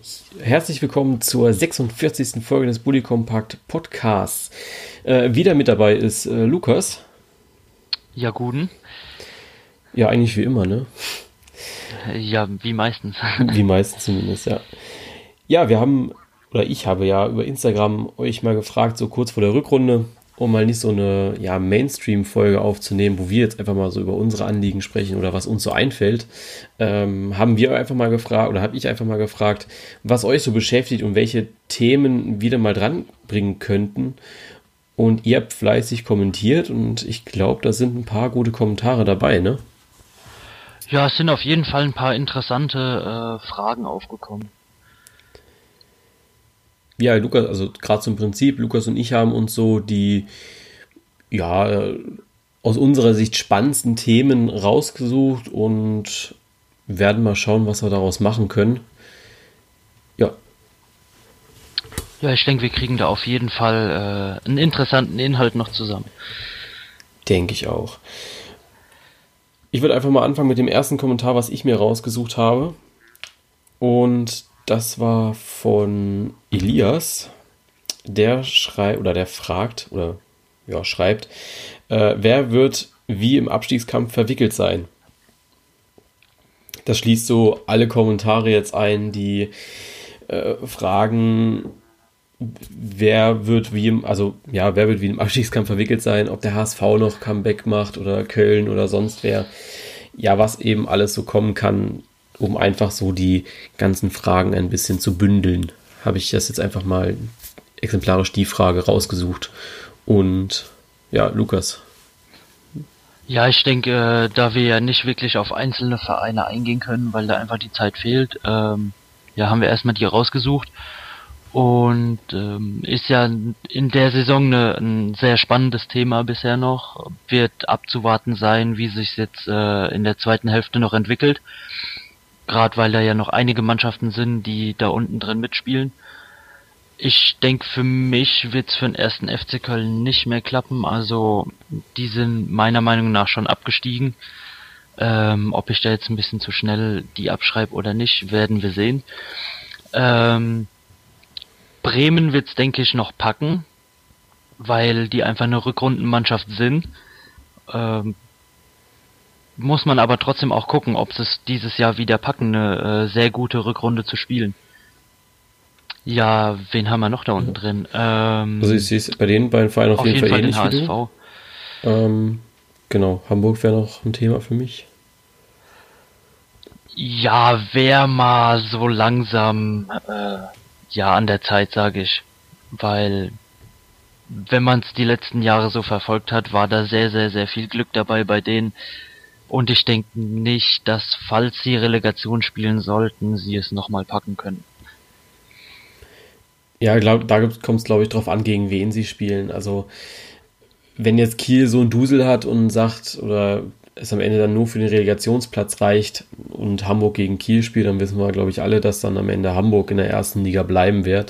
Herzlich willkommen zur 46. Folge des Bully Compact Podcasts. Wieder mit dabei ist Lukas. Ja, guten. Ja, eigentlich wie immer, ne? Ja, wie meistens. Wie meistens zumindest, ja. Ja, ich habe ja über Instagram euch mal gefragt, so kurz vor der Rückrunde, um mal nicht so eine Mainstream-Folge aufzunehmen, wo wir jetzt einfach mal so über unsere Anliegen sprechen oder was uns so einfällt, habe ich einfach mal gefragt, was euch so beschäftigt und welche Themen wieder mal dranbringen könnten. Und ihr habt fleißig kommentiert und ich glaube, da sind ein paar gute Kommentare dabei, ne? Ja, es sind auf jeden Fall ein paar interessante Fragen aufgekommen. Ja, Lukas, also gerade zum Prinzip, Lukas und ich haben uns so die, ja, aus unserer Sicht spannendsten Themen rausgesucht und werden mal schauen, was wir daraus machen können. Ja, Ja, ich denke, wir kriegen da auf jeden Fall einen interessanten Inhalt noch zusammen. denke ich auch. Ich würde einfach mal anfangen mit dem ersten Kommentar, was ich mir rausgesucht habe. Und das war von Elias. Der schreibt, wer wird wie im Abstiegskampf verwickelt sein? Das schließt so alle Kommentare jetzt ein, die fragen, wer wird wie im Abstiegskampf verwickelt sein, ob der HSV noch Comeback macht oder Köln oder sonst wer. Ja, was eben alles so kommen kann, um einfach so die ganzen Fragen ein bisschen zu bündeln, habe ich das jetzt einfach mal exemplarisch die Frage rausgesucht. Und ja, Lukas. Ja, ich denke, da wir ja nicht wirklich auf einzelne Vereine eingehen können, weil da einfach die Zeit fehlt, haben wir erstmal die rausgesucht. Und ist ja in der Saison ein sehr spannendes Thema bisher noch. Wird abzuwarten sein, wie sich jetzt in der zweiten Hälfte noch entwickelt. Gerade weil da ja noch einige Mannschaften sind, die da unten drin mitspielen. Ich denke, für mich wird's für den ersten FC Köln nicht mehr klappen. Also die sind meiner Meinung nach schon abgestiegen. Ob ich da jetzt ein bisschen zu schnell die abschreibe oder nicht, werden wir sehen. Bremen wird's, denke ich, noch packen, weil die einfach eine Rückrundenmannschaft sind. Muss man aber trotzdem auch gucken, ob sie es dieses Jahr wieder packen, eine sehr gute Rückrunde zu spielen. Ja, wen haben wir noch da unten drin? Also ich sehe es bei den beiden Vereinen auf jeden Fall ähnlich wie du. Genau, Hamburg wäre noch ein Thema für mich. Ja, wär mal so langsam an der Zeit, sage ich. Weil, wenn man es die letzten Jahre so verfolgt hat, war da sehr, sehr, sehr viel Glück dabei bei denen. Und ich denke nicht, dass, falls sie Relegation spielen sollten, sie es nochmal packen können. Ja, da kommt es, glaube ich, drauf an, gegen wen sie spielen. Also, wenn jetzt Kiel so ein Dusel hat und sagt, oder es am Ende dann nur für den Relegationsplatz reicht und Hamburg gegen Kiel spielt, dann wissen wir, glaube ich, alle, dass dann am Ende Hamburg in der ersten Liga bleiben wird.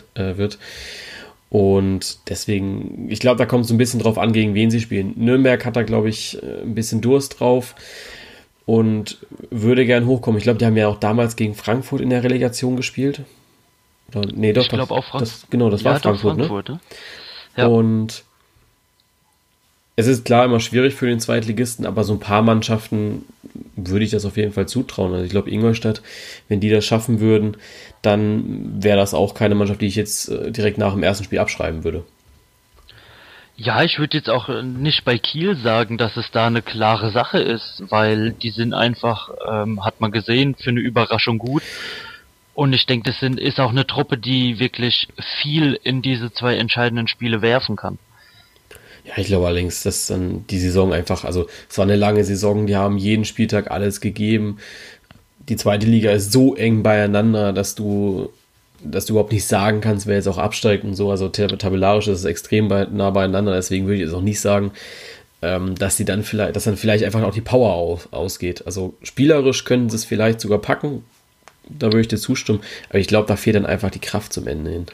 Und deswegen, ich glaube, da kommt es so ein bisschen drauf an, gegen wen sie spielen. Nürnberg hat da, glaube ich, ein bisschen Durst drauf und würde gern hochkommen. Ich glaube, die haben ja auch damals gegen Frankfurt in der Relegation gespielt. Oder, nee, doch, ich glaube auch das war Frankfurt, ne? Ja. Und es ist klar immer schwierig für den Zweitligisten, aber so ein paar Mannschaften würde ich das auf jeden Fall zutrauen. Also ich glaube, Ingolstadt, wenn die das schaffen würden, dann wäre das auch keine Mannschaft, die ich jetzt direkt nach dem ersten Spiel abschreiben würde. Ja, ich würde jetzt auch nicht bei Kiel sagen, dass es da eine klare Sache ist, weil die sind einfach, hat man gesehen, für eine Überraschung gut. Und ich denke, ist auch eine Truppe, die wirklich viel in diese zwei entscheidenden Spiele werfen kann. Ja, ich glaube allerdings, dass dann die Saison einfach, also es war eine lange Saison, die haben jeden Spieltag alles gegeben. Die zweite Liga ist so eng beieinander, dass du überhaupt nicht sagen kannst, wer jetzt auch absteigt und so. Also tabellarisch ist es extrem nah beieinander, deswegen würde ich jetzt auch nicht sagen, dass dann vielleicht einfach auch die Power ausgeht. Also spielerisch können sie es vielleicht sogar packen, da würde ich dir zustimmen, aber ich glaube, da fehlt dann einfach die Kraft zum Ende hin.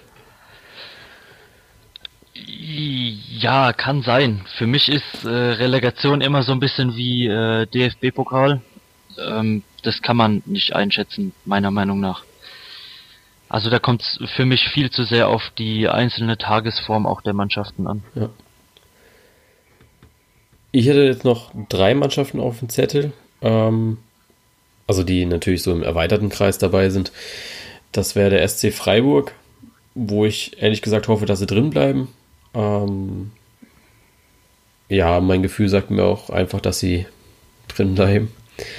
Ja, kann sein. Für mich ist Relegation immer so ein bisschen wie DFB-Pokal. Das kann man nicht einschätzen, meiner Meinung nach. Also da kommt es für mich viel zu sehr auf die einzelne Tagesform auch der Mannschaften an. Ja. Ich hätte jetzt noch 3 Mannschaften auf dem Zettel, also die natürlich so im erweiterten Kreis dabei sind. Das wäre der SC Freiburg, wo ich ehrlich gesagt hoffe, dass sie drin bleiben. Ja, mein Gefühl sagt mir auch einfach, dass sie drin bleiben.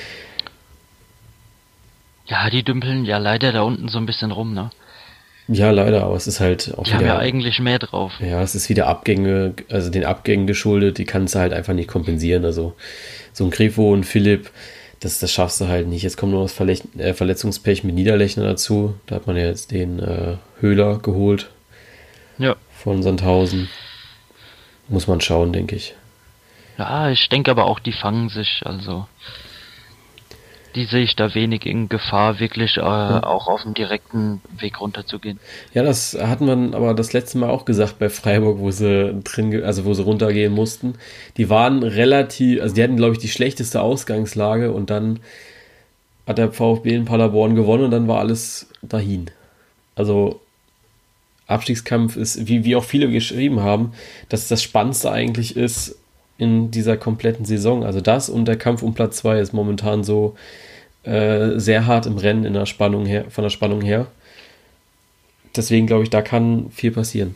Ja, die dümpeln ja leider da unten so ein bisschen rum, ne? Ja, leider, aber es ist halt auch Die haben ja wieder, eigentlich mehr drauf. ja, es ist wieder Abgänge, also den Abgängen geschuldet, die kannst du halt einfach nicht kompensieren. Also so ein Grifo und Philipp, das schaffst du halt nicht. Jetzt kommt noch das Verletzungspech mit Niederlechner dazu. Da hat man ja jetzt den Höhler geholt Ja. von Sandhausen. Muss man schauen, denke ich. Ja, ich denke aber auch, die fangen sich, also die sehe ich da wenig in Gefahr, wirklich auch auf dem direkten Weg runterzugehen. Ja, das hat man aber das letzte Mal auch gesagt bei Freiburg, wo sie also wo sie runtergehen mussten. Die waren relativ, also die hatten, glaube ich, die schlechteste Ausgangslage und dann hat der VfB in Paderborn gewonnen und dann war alles dahin. Also Abstiegskampf ist, wie auch viele geschrieben haben, dass das Spannendste eigentlich ist in dieser kompletten Saison. Also das und der Kampf um Platz 2 ist momentan so sehr hart im Rennen in der Spannung her, von der Spannung her. Deswegen glaube ich, da kann viel passieren.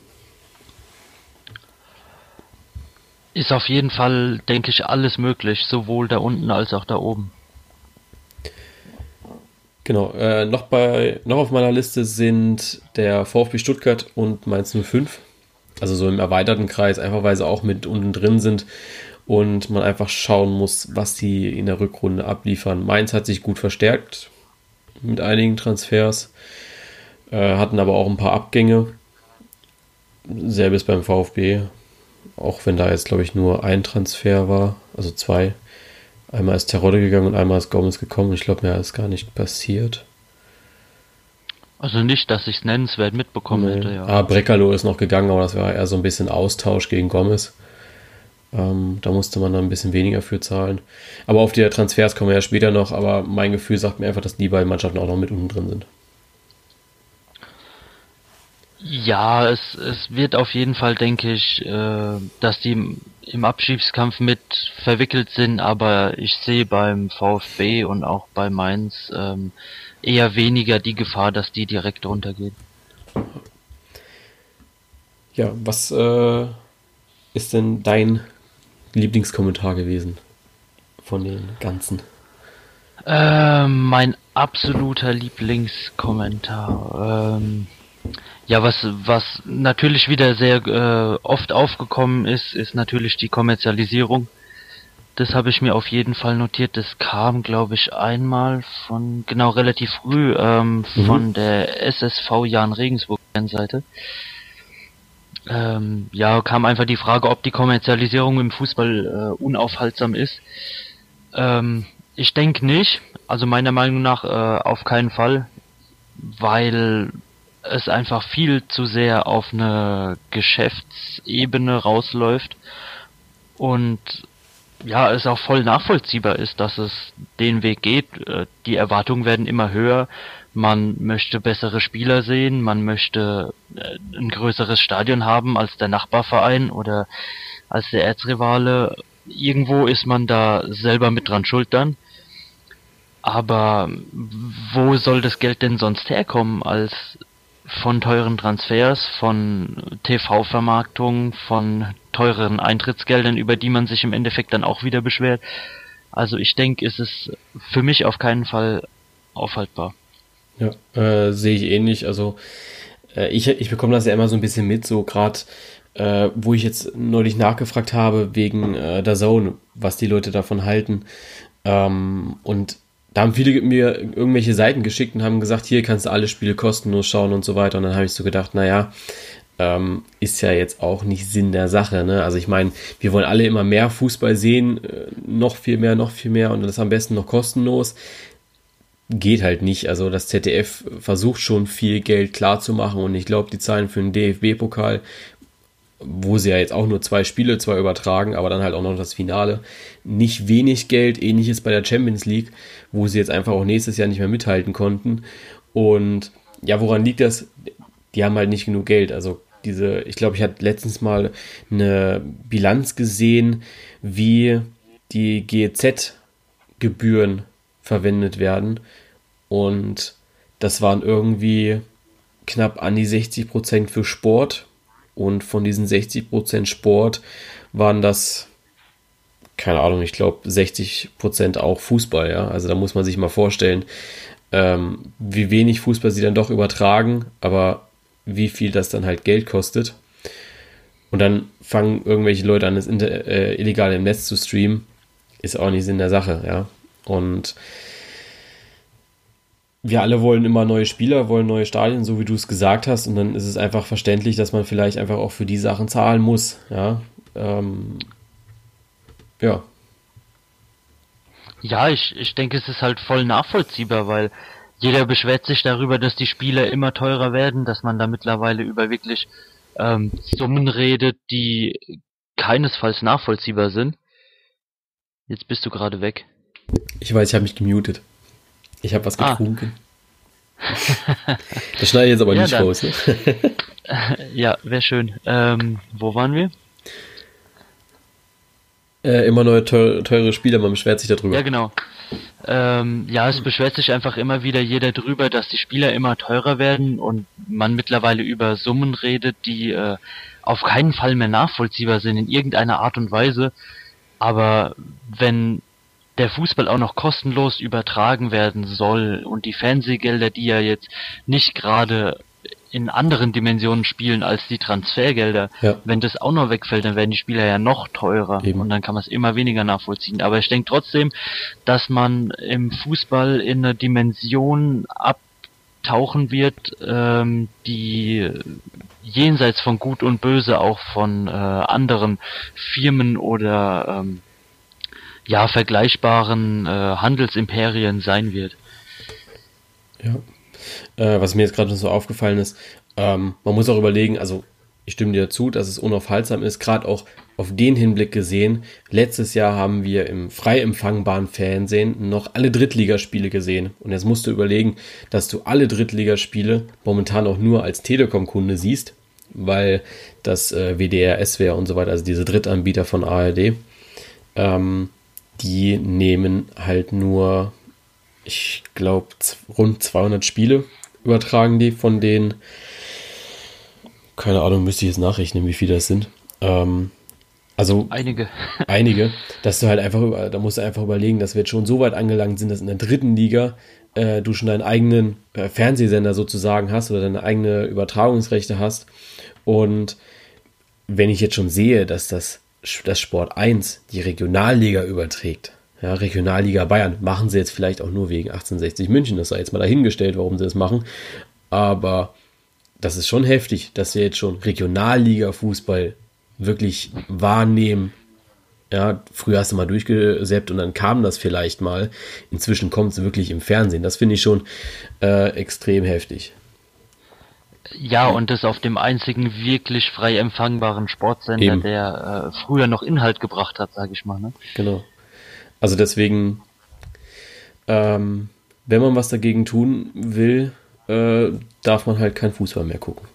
Ist auf jeden Fall, denke ich, alles möglich, sowohl da unten als auch da oben. Genau, noch auf meiner Liste sind der VfB Stuttgart und Mainz 05. Also so im erweiterten Kreis, einfach weil sie auch mit unten drin sind und man einfach schauen muss, was die in der Rückrunde abliefern. Mainz hat sich gut verstärkt mit einigen Transfers, hatten aber auch ein paar Abgänge. Selbes beim VfB, auch wenn da jetzt, glaube ich, nur ein Transfer war, also 2. Einmal ist Terodde gegangen und einmal ist Gomez gekommen. Ich glaube, mehr ist gar nicht passiert. Also nicht, dass ich es nennenswert mitbekommen hätte, ja. Brekalo ist noch gegangen, aber das war eher so ein bisschen Austausch gegen Gomez. Da musste man dann ein bisschen weniger für zahlen. Aber auf die Transfers kommen wir ja später noch, aber mein Gefühl sagt mir einfach, dass die beiden Mannschaften auch noch mit unten drin sind. Ja, es wird auf jeden Fall, denke ich, dass die im Abstiegskampf mit verwickelt sind, aber ich sehe beim VfB und auch bei Mainz eher weniger die Gefahr, dass die direkt runtergehen. Ja, was ist denn dein Lieblingskommentar gewesen von den ganzen? Mein absoluter Lieblingskommentar. Ja, was natürlich wieder sehr oft aufgekommen ist natürlich die Kommerzialisierung. Das habe ich mir auf jeden Fall notiert. Das kam, glaube ich, einmal genau relativ früh von der SSV Jahn Regensburg Seite. Ja, kam einfach die Frage, ob die Kommerzialisierung im Fußball unaufhaltsam ist. Ich denke nicht. Also meiner Meinung nach auf keinen Fall, weil es einfach viel zu sehr auf eine Geschäftsebene rausläuft und ja, es auch voll nachvollziehbar ist, dass es den Weg geht. Die Erwartungen werden immer höher. Man möchte bessere Spieler sehen, man möchte ein größeres Stadion haben als der Nachbarverein oder als der Erzrivale. Irgendwo ist man da selber mit dran schuld dann. Aber wo soll das Geld denn sonst herkommen als von teuren Transfers, von TV-Vermarktung, von teuren Eintrittsgeldern, über die man sich im Endeffekt dann auch wieder beschwert. Also ich denke, es ist für mich auf keinen Fall aufhaltbar. Ja, sehe ich ähnlich. Also ich bekomme das ja immer so ein bisschen mit, so gerade wo ich jetzt neulich nachgefragt habe wegen DAZN, was die Leute davon halten. Und da haben viele mir irgendwelche Seiten geschickt und haben gesagt, hier kannst du alle Spiele kostenlos schauen und so weiter. Und dann habe ich so gedacht, naja, ist ja jetzt auch nicht Sinn der Sache, ne? Also ich meine, wir wollen alle immer mehr Fußball sehen, noch viel mehr und das am besten noch kostenlos. Geht halt nicht. Also das ZDF versucht schon viel Geld klar zu machen und ich glaube, die Zahlen für den DFB-Pokal, wo sie ja jetzt auch nur 2 Spiele zwar übertragen, aber dann halt auch noch das Finale, nicht wenig Geld, ähnliches bei der Champions League, wo sie jetzt einfach auch nächstes Jahr nicht mehr mithalten konnten. Und Ja, woran liegt das? Die haben halt nicht genug Geld. Also ich glaube, ich hatte letztens mal eine Bilanz gesehen, wie die GEZ-Gebühren verwendet werden. Und das waren irgendwie knapp an die 60% für Sport. Und von diesen 60% Sport waren das, keine Ahnung, ich glaube 60% auch Fußball, ja. Also da muss man sich mal vorstellen, wie wenig Fußball sie dann doch übertragen, aber wie viel das dann halt Geld kostet. Und dann fangen irgendwelche Leute an, das illegal im Netz zu streamen. Ist auch nicht Sinn der Sache, ja. Und wir alle wollen immer neue Spieler, wollen neue Stadien, so wie du es gesagt hast. Und dann ist es einfach verständlich, dass man vielleicht einfach auch für die Sachen zahlen muss, ja. Ja. Ja, ich denke, es ist halt voll nachvollziehbar, weil jeder beschwert sich darüber, dass die Spiele immer teurer werden, dass man da mittlerweile über wirklich Summen redet, die keinesfalls nachvollziehbar sind. Jetzt bist du gerade weg. Ich weiß, ich habe mich gemutet. Ich habe was Ah, getrunken. Das schneide ich jetzt aber ja nicht dann. raus, ne? Ja, wäre schön. Wo waren wir? Immer neue teure Spiele, man beschwert sich darüber. Ja, genau. Ja, es beschwert sich einfach immer wieder jeder drüber, dass die Spieler immer teurer werden und man mittlerweile über Summen redet, die auf keinen Fall mehr nachvollziehbar sind in irgendeiner Art und Weise. Aber wenn der Fußball auch noch kostenlos übertragen werden soll und die Fernsehgelder, die ja jetzt nicht gerade in anderen Dimensionen spielen als die Transfergelder, Ja, wenn das auch noch wegfällt, dann werden die Spieler ja noch teurer und eben. dann kann man es immer weniger nachvollziehen. Aber ich denke trotzdem, dass man im Fußball in eine Dimension abtauchen wird, die jenseits von Gut und Böse auch von anderen Firmen oder ja vergleichbaren Handelsimperien sein wird. Ja. Was mir jetzt gerade noch so aufgefallen ist, man muss auch überlegen, also ich stimme dir zu, dass es unaufhaltsam ist, gerade auch auf den Hinblick gesehen. Letztes Jahr haben wir im frei empfangbaren Fernsehen noch alle Drittligaspiele gesehen. Und jetzt musst du überlegen, dass du alle Drittligaspiele momentan auch nur als Telekom-Kunde siehst, weil das WDR, SWR und so weiter, also diese Drittanbieter von ARD, die nehmen halt nur, ich glaube, rund 200 Spiele übertragen die von denen. Keine Ahnung, müsste ich jetzt nachrechnen, wie viele das sind. Also Einige. einige, dass du halt einfach, da musst du einfach überlegen, dass wir jetzt schon so weit angelangt sind, dass in der dritten Liga du schon deinen eigenen Fernsehsender sozusagen hast oder deine eigene Übertragungsrechte hast. Und wenn ich jetzt schon sehe, dass das Sport 1 die Regionalliga überträgt, ja, Regionalliga Bayern, machen sie jetzt vielleicht auch nur wegen 1860 München, das sei jetzt mal dahingestellt, warum sie das machen, aber das ist schon heftig, dass wir jetzt schon Regionalliga-Fußball wirklich wahrnehmen. Ja, früher hast du mal durchgesäppt und dann kam das vielleicht mal. Inzwischen kommt es wirklich im Fernsehen. Das finde ich schon extrem heftig. Ja, und das auf dem einzigen wirklich frei empfangbaren Sportsender, Eben, der früher noch Inhalt gebracht hat, sage ich mal. Ne? genau. Also deswegen, wenn man was dagegen tun will, darf man halt kein Fußball mehr gucken.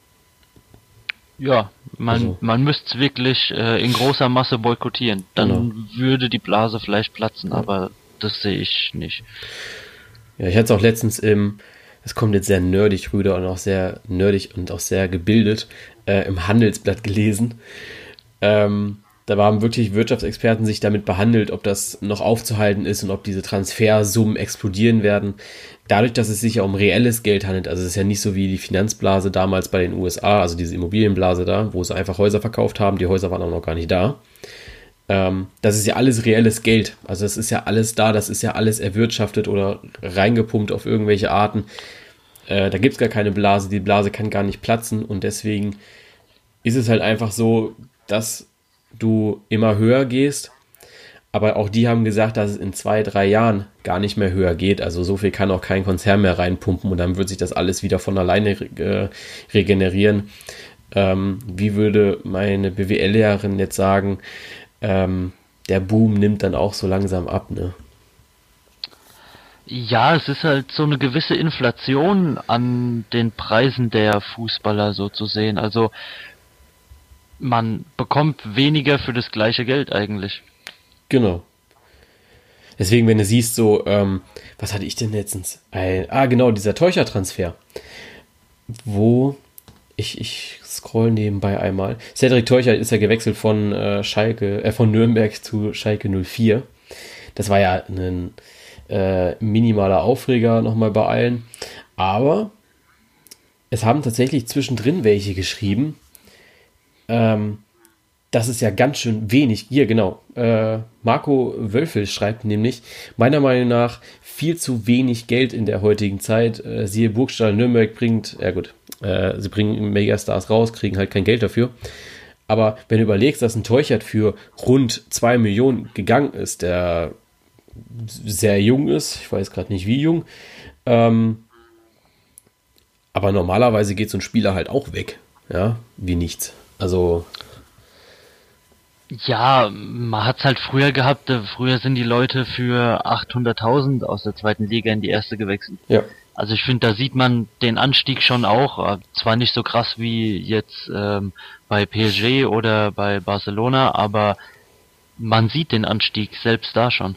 Ja, Also, man müsste es wirklich in großer Masse boykottieren. genau. Dann würde die Blase vielleicht platzen, Ja. aber das sehe ich nicht. Ja, ich hatte es auch letztens das kommt jetzt sehr nerdig rüber und auch sehr nerdig und auch sehr gebildet, im Handelsblatt gelesen. Da haben wirklich Wirtschaftsexperten sich damit behandelt, ob das noch aufzuhalten ist und ob diese Transfersummen explodieren werden. Dadurch, dass es sich ja um reelles Geld handelt, also es ist ja nicht so wie die Finanzblase damals bei den USA, also diese Immobilienblase da, wo sie einfach Häuser verkauft haben, die Häuser waren auch noch gar nicht da. Das ist ja alles reelles Geld. Also das ist ja alles da, das ist ja alles erwirtschaftet oder reingepumpt auf irgendwelche Arten. Da gibt es gar keine Blase, die Blase kann gar nicht platzen und deswegen ist es halt einfach so, dass du immer höher gehst, aber auch die haben gesagt, dass es in 2, 3 Jahren gar nicht mehr höher geht. Also so viel kann auch kein Konzern mehr reinpumpen und dann wird sich das alles wieder von alleine regenerieren. Wie würde meine BWL-Lehrerin jetzt sagen, der Boom nimmt dann auch so langsam ab, ne? Ja, es ist halt so eine gewisse Inflation an den Preisen der Fußballer so zu sehen. Also man bekommt weniger für das gleiche Geld eigentlich. Genau. Deswegen, wenn du siehst, so, was hatte ich denn letztens? Genau, dieser Teucher-Transfer, wo ich scroll nebenbei einmal. Cedric Teucher ist ja gewechselt von von Nürnberg zu Schalke 04. Das war ja ein minimaler Aufreger nochmal bei allen. Aber es haben tatsächlich zwischendrin welche geschrieben, ähm, das ist ja ganz schön wenig. Hier, genau. Marco Wölfel schreibt nämlich, meiner Meinung nach viel zu wenig Geld in der heutigen Zeit. Siehe Burgstall Nürnberg bringt, ja gut, sie bringen Megastars raus, kriegen halt kein Geld dafür. Aber wenn du überlegst, dass ein Teuchert für rund 2 Millionen gegangen ist, der sehr jung ist, ich weiß gerade nicht wie jung, aber normalerweise geht so ein Spieler halt auch weg, ja, wie nichts. Also, Ja, man hat's halt früher gehabt. Früher sind die Leute für 800.000 aus der zweiten Liga in die erste gewechselt. ja, Also ich finde, da sieht man den Anstieg schon auch. Zwar nicht so krass wie jetzt bei PSG oder bei Barcelona, aber man sieht den Anstieg selbst da schon.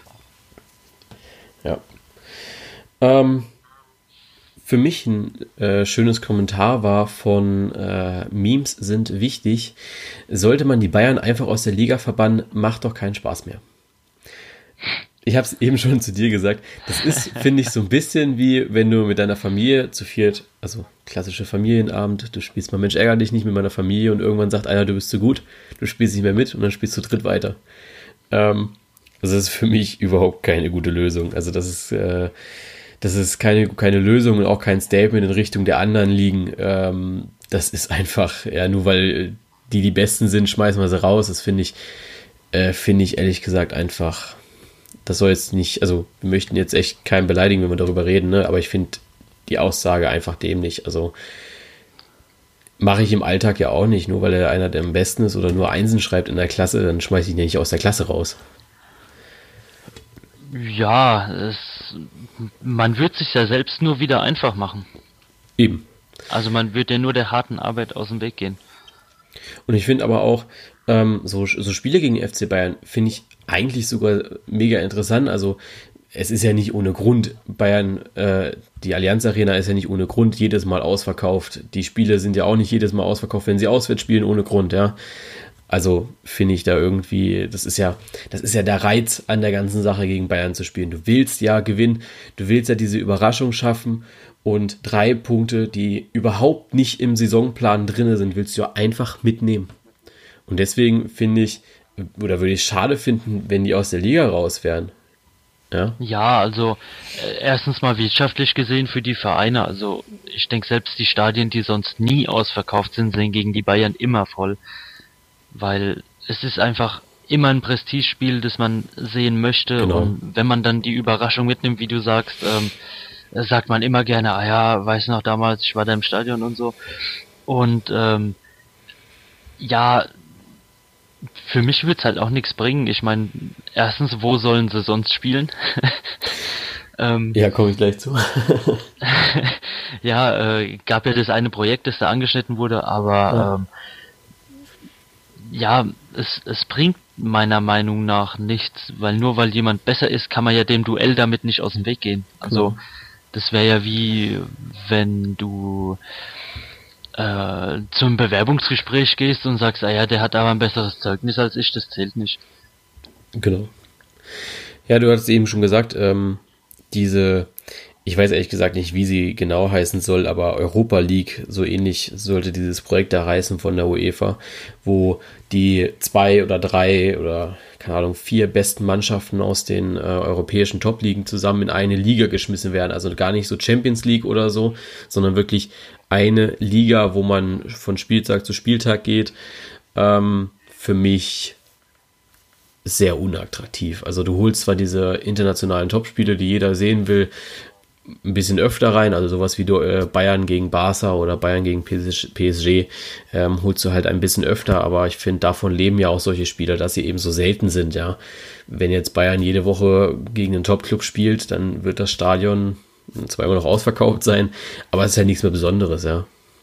ja. Ähm, für mich ein schönes Kommentar war von Memes sind wichtig. Sollte man die Bayern einfach aus der Liga verbannen, macht doch keinen Spaß mehr. Ich habe es eben schon zu dir gesagt. Das ist, finde ich, so ein bisschen wie wenn du mit deiner Familie zu viert, also klassische Familienabend, du spielst mal Mensch, ärger dich nicht mit meiner Familie und irgendwann sagt einer, du bist zu gut, du spielst nicht mehr mit und dann spielst du dritt weiter. Also das ist für mich überhaupt keine gute Lösung. Also das ist keine Lösung und auch kein Statement in Richtung der anderen liegen. Das ist einfach, ja, nur weil die Besten sind, schmeißen wir sie raus. Das finde ich ehrlich gesagt einfach, das soll jetzt nicht, also wir möchten jetzt echt keinen beleidigen, wenn wir darüber reden, ne? Aber ich finde die Aussage einfach dämlich. Also mache ich im Alltag ja auch nicht, nur weil er einer der am besten ist oder nur Einsen schreibt in der Klasse, dann schmeiße ich ihn ja nicht aus der Klasse raus. Ja, man wird sich ja selbst nur wieder einfach machen. Eben. Also man wird ja nur der harten Arbeit aus dem Weg gehen. Und ich finde aber auch, so Spiele gegen FC Bayern finde ich eigentlich sogar mega interessant. Also es ist ja nicht ohne Grund. Bayern, die Allianz Arena ist ja nicht ohne Grund jedes Mal ausverkauft. Die Spiele sind ja auch nicht jedes Mal ausverkauft, wenn sie auswärts spielen, ohne Grund, ja. Also finde ich da irgendwie, das ist ja der Reiz an der ganzen Sache gegen Bayern zu spielen. Du willst ja gewinnen, du willst ja diese Überraschung schaffen und 3 Punkte, die überhaupt nicht im Saisonplan drin sind, willst du ja einfach mitnehmen. Und deswegen finde ich, oder würde ich schade finden, wenn die aus der Liga raus wären. Ja, Ja, also erstens mal wirtschaftlich gesehen für die Vereine. Also ich denke selbst die Stadien, die sonst nie ausverkauft sind, sind gegen die Bayern immer voll, weil es ist einfach immer ein Prestigespiel, das man sehen möchte. genau. Und wenn man dann die Überraschung mitnimmt, wie du sagst, sagt man immer gerne, ah ja, weiß noch damals, ich war da im Stadion und so. Und ja, für mich wird's halt auch nichts bringen. Ich meine, erstens, wo sollen sie sonst spielen? ähm, Ja, komme ich gleich zu. ja, gab ja das eine Projekt, das da angeschnitten wurde, Ja, aber ja, es bringt meiner Meinung nach nichts, weil nur weil jemand besser ist, kann man ja dem Duell damit nicht aus dem Weg gehen. genau. Also das wäre ja wie wenn du zum Bewerbungsgespräch gehst und sagst, ah ja, der hat aber ein besseres Zeugnis als ich, das zählt nicht. Genau. Ja, du hattest eben schon gesagt, diese, ich weiß ehrlich gesagt nicht, wie sie genau heißen soll, aber Europa League, so ähnlich sollte dieses Projekt da heißen von der UEFA, wo die 2 oder 3 oder, keine Ahnung, 4 besten Mannschaften aus den europäischen Top-Ligen zusammen in eine Liga geschmissen werden. Also gar nicht so Champions League oder so, sondern wirklich eine Liga, wo man von Spieltag zu Spieltag geht. Für mich sehr unattraktiv. Also du holst zwar diese internationalen Topspiele, die jeder sehen will, ein bisschen öfter rein, also sowas wie Bayern gegen Barca oder Bayern gegen PSG holst du halt ein bisschen öfter, aber ich finde, davon leben ja auch solche Spieler, dass sie eben so selten sind, ja. Wenn jetzt Bayern jede Woche gegen einen Top-Club spielt, dann wird das Stadion zwar immer noch ausverkauft sein, aber es ist ja nichts mehr Besonderes, ja.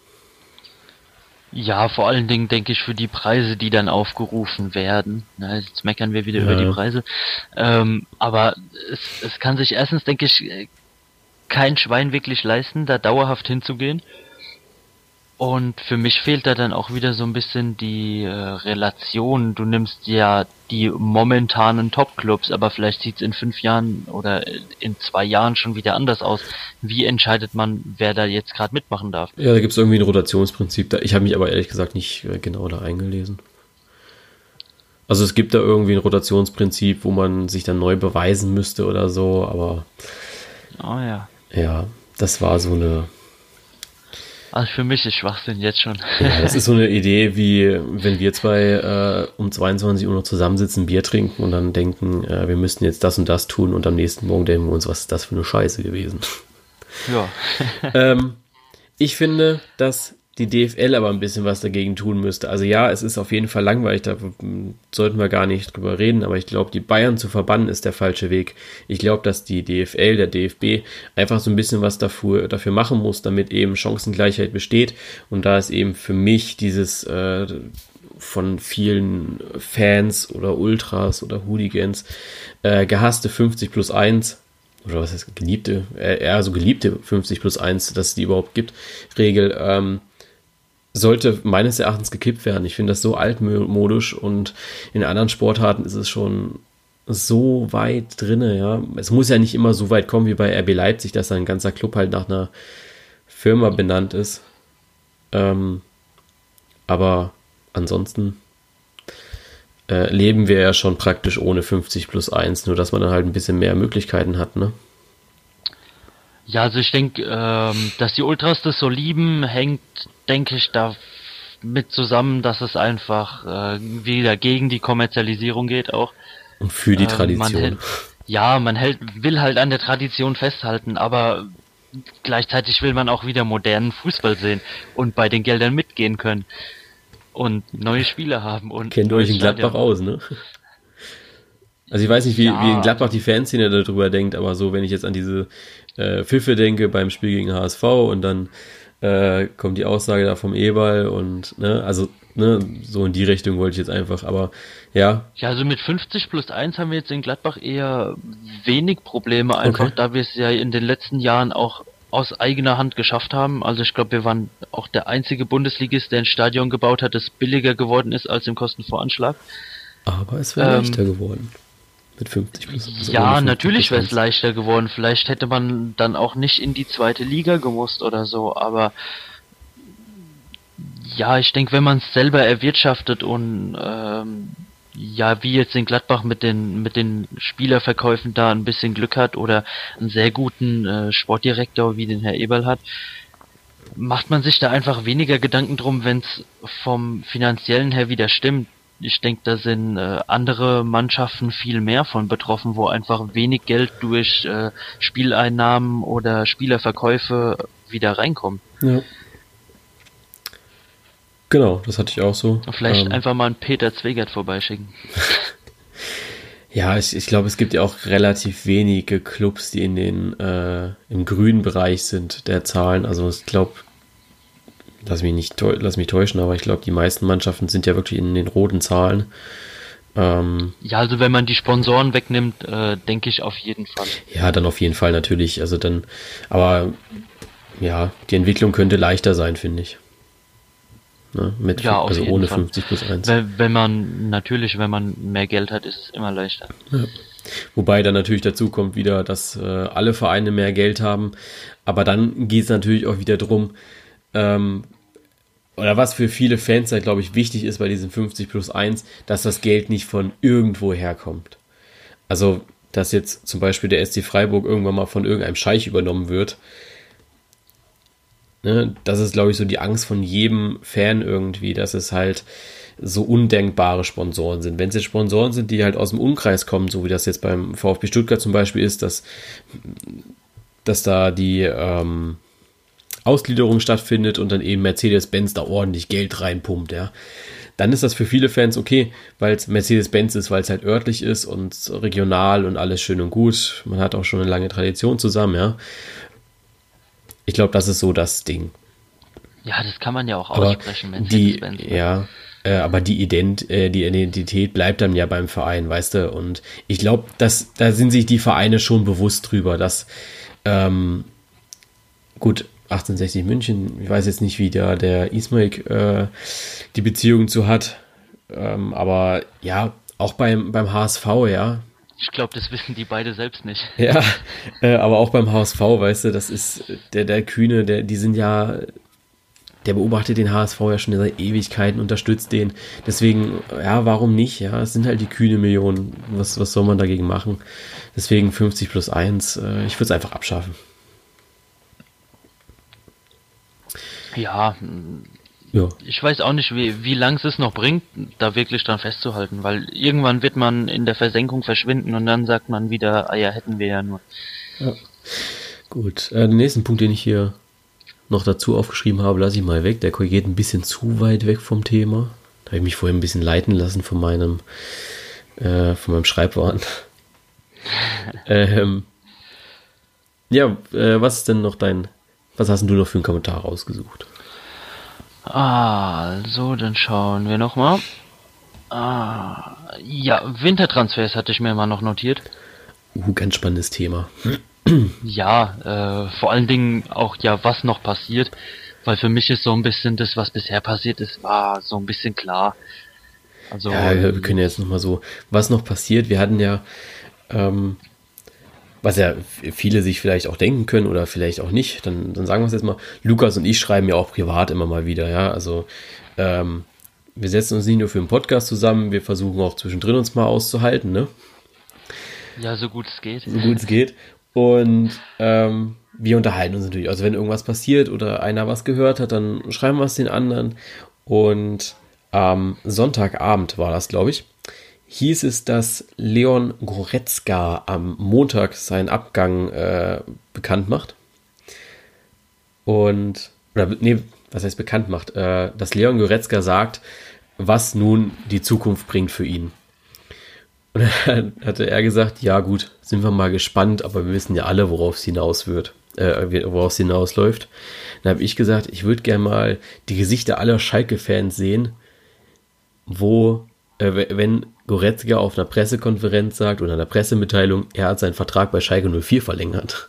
Ja, vor allen Dingen denke ich für die Preise, die dann aufgerufen werden. Na, jetzt meckern wir wieder über die Preise. Aber es kann sich erstens, denke ich, kein Schwein wirklich leisten, da dauerhaft hinzugehen. Und für mich fehlt da dann auch wieder so ein bisschen die Relation. Du nimmst ja die momentanen Top-Clubs, aber vielleicht sieht's in 5 Jahren oder in 2 Jahren schon wieder anders aus. Wie entscheidet man, wer da jetzt gerade mitmachen darf? Ja, da gibt es irgendwie ein Rotationsprinzip. Ich habe mich aber ehrlich gesagt nicht genau da eingelesen. Also es gibt da irgendwie ein Rotationsprinzip, wo man sich dann neu beweisen müsste oder so, aber Oh ja. ja, das war so eine... Also für mich ist Schwachsinn jetzt schon. Ja, das ist so eine Idee, wie wenn wir zwei um 22 Uhr noch zusammensitzen, Bier trinken und dann denken, wir müssten jetzt das und das tun und am nächsten Morgen denken wir uns, was ist das für eine Scheiße gewesen. Ja. Ich finde, dass die DFL aber ein bisschen was dagegen tun müsste. Also ja, es ist auf jeden Fall langweilig, da sollten wir gar nicht drüber reden, aber ich glaube, die Bayern zu verbannen ist der falsche Weg. Ich glaube, dass die DFL, der DFB, einfach so ein bisschen was dafür machen muss, damit eben Chancengleichheit besteht. Und da ist eben für mich dieses von vielen Fans oder Ultras oder Hooligans gehasste 50+1 oder was heißt geliebte, eher so geliebte 50+1, dass es die überhaupt gibt, Regel, sollte meines Erachtens gekippt werden. Ich finde das so altmodisch und in anderen Sportarten ist es schon so weit drinne, ja. Es muss ja nicht immer so weit kommen wie bei RB Leipzig, dass ein ganzer Club halt nach einer Firma benannt ist. Aber ansonsten leben wir ja schon praktisch ohne 50+1, nur dass man dann halt ein bisschen mehr Möglichkeiten hat, ne? Ja, also ich denke, dass die Ultras das so lieben, hängt, denke ich, da mit zusammen, dass es einfach wieder gegen die Kommerzialisierung geht auch. Und für die Tradition. Man will halt an der Tradition festhalten, aber gleichzeitig will man auch wieder modernen Fußball sehen und bei den Geldern mitgehen können und neue Spieler haben. Und kennt ihr euch in Gladbach aus, ne? Also ich weiß nicht, wie in Gladbach die Fanszene darüber denkt, aber so, wenn ich jetzt an diese Pfiffe denke beim Spiel gegen HSV und dann kommt die Aussage da vom Eberl und so in die Richtung wollte ich jetzt einfach, aber ja. Ja, also mit 50+1 haben wir jetzt in Gladbach eher wenig Probleme, einfach da wir es ja in den letzten Jahren auch aus eigener Hand geschafft haben. Also ich glaube, wir waren auch der einzige Bundesligist, der ein Stadion gebaut hat, das billiger geworden ist als im Kostenvoranschlag. Aber es wäre leichter geworden. Mit 50+. Also ja, natürlich wäre es leichter geworden. Vielleicht hätte man dann auch nicht in die zweite Liga gemusst oder so, aber ja, ich denke, wenn man es selber erwirtschaftet und wie jetzt in Gladbach mit den Spielerverkäufen da ein bisschen Glück hat oder einen sehr guten Sportdirektor wie den Herr Eberl hat, macht man sich da einfach weniger Gedanken drum, wenn es vom Finanziellen her wieder stimmt. Ich denke, da sind andere Mannschaften viel mehr von betroffen, wo einfach wenig Geld durch Spieleinnahmen oder Spielerverkäufe wieder reinkommt. Ja. Genau, das hatte ich auch so. Vielleicht einfach mal einen Peter Zwegert vorbeischicken. Ja, ich glaube, es gibt ja auch relativ wenige Clubs, die im grünen Bereich sind der Zahlen. Also ich glaube, lass mich täuschen, aber ich glaube, die meisten Mannschaften sind ja wirklich in den roten Zahlen. Ja, also wenn man die Sponsoren wegnimmt, denke ich auf jeden Fall. Ja, dann auf jeden Fall natürlich. Also dann, aber ja, die Entwicklung könnte leichter sein, finde ich. Ne? Also ohne 50+1. Wenn man mehr Geld hat, ist es immer leichter. Ja. Wobei dann natürlich dazu kommt wieder, dass alle Vereine mehr Geld haben. Aber dann geht es natürlich auch wieder drum, oder was für viele Fans da, glaube ich, wichtig ist bei diesem 50+1, dass das Geld nicht von irgendwo herkommt. Also, dass jetzt zum Beispiel der SC Freiburg irgendwann mal von irgendeinem Scheich übernommen wird. Ne, das ist, glaube ich, so die Angst von jedem Fan irgendwie, dass es halt so undenkbare Sponsoren sind. Wenn es jetzt Sponsoren sind, die halt aus dem Umkreis kommen, so wie das jetzt beim VfB Stuttgart zum Beispiel ist, dass dass da die Ausgliederung stattfindet und dann eben Mercedes-Benz da ordentlich Geld reinpumpt, ja. Dann ist das für viele Fans okay, weil es Mercedes-Benz ist, weil es halt örtlich ist und regional und alles schön und gut. Man hat auch schon eine lange Tradition zusammen, ja. Ich glaube, das ist so das Ding. Ja, das kann man ja auch Aber aussprechen, Mercedes-Benz. aber die Identität bleibt dann ja beim Verein, weißt du? Und ich glaube, da sind sich die Vereine schon bewusst drüber, dass gut, 1860 München, ich weiß jetzt nicht, wie der Ismail die Beziehung zu hat, aber ja, auch beim HSV, ja. Ich glaube, das wissen die beide selbst nicht. Ja, aber auch beim HSV, weißt du, das ist der Kühne, die sind ja, der beobachtet den HSV ja schon seit Ewigkeiten, unterstützt den, deswegen, ja, warum nicht, ja, es sind halt die Kühne Millionen, was soll man dagegen machen, deswegen 50+1, ich würde es einfach abschaffen. Ja, ich weiß auch nicht, wie lang es noch bringt, da wirklich dran festzuhalten, weil irgendwann wird man in der Versenkung verschwinden und dann sagt man wieder, ja, hätten wir ja nur. Ja. Gut, den nächsten Punkt, den ich hier noch dazu aufgeschrieben habe, lasse ich mal weg. Der geht ein bisschen zu weit weg vom Thema. Da habe ich mich vorhin ein bisschen leiten lassen von meinem Schreibwaren. Was ist denn noch was hast denn du noch für einen Kommentar rausgesucht? So, dann schauen wir nochmal. Ja, Wintertransfers hatte ich mir mal noch notiert. Ganz spannendes Thema. Ja, vor allen Dingen auch, ja, was noch passiert, weil für mich ist so ein bisschen das, was bisher passiert ist, war so ein bisschen klar. Also, ja, wir können ja jetzt nochmal so, was noch passiert, wir hatten ja, was ja viele sich vielleicht auch denken können oder vielleicht auch nicht, dann sagen wir es jetzt mal, Lukas und ich schreiben ja auch privat immer mal wieder, ja, also wir setzen uns nicht nur für einen Podcast zusammen, wir versuchen auch zwischendrin uns mal auszuhalten, ne? Ja, so gut es geht. So gut es geht. Und wir unterhalten uns natürlich, also wenn irgendwas passiert oder einer was gehört hat, dann schreiben wir es den anderen. Und am Sonntagabend war das, glaube ich, hieß es, dass Leon Goretzka am Montag seinen Abgang bekannt macht. Was heißt bekannt macht? Dass Leon Goretzka sagt, was nun die Zukunft bringt für ihn. Und dann hatte er gesagt, ja gut, sind wir mal gespannt, aber wir wissen ja alle, worauf es hinausläuft. Dann habe ich gesagt, ich würde gerne mal die Gesichter aller Schalke-Fans sehen, wenn Goretzka auf einer Pressekonferenz sagt oder einer Pressemitteilung, er hat seinen Vertrag bei Schalke 04 verlängert.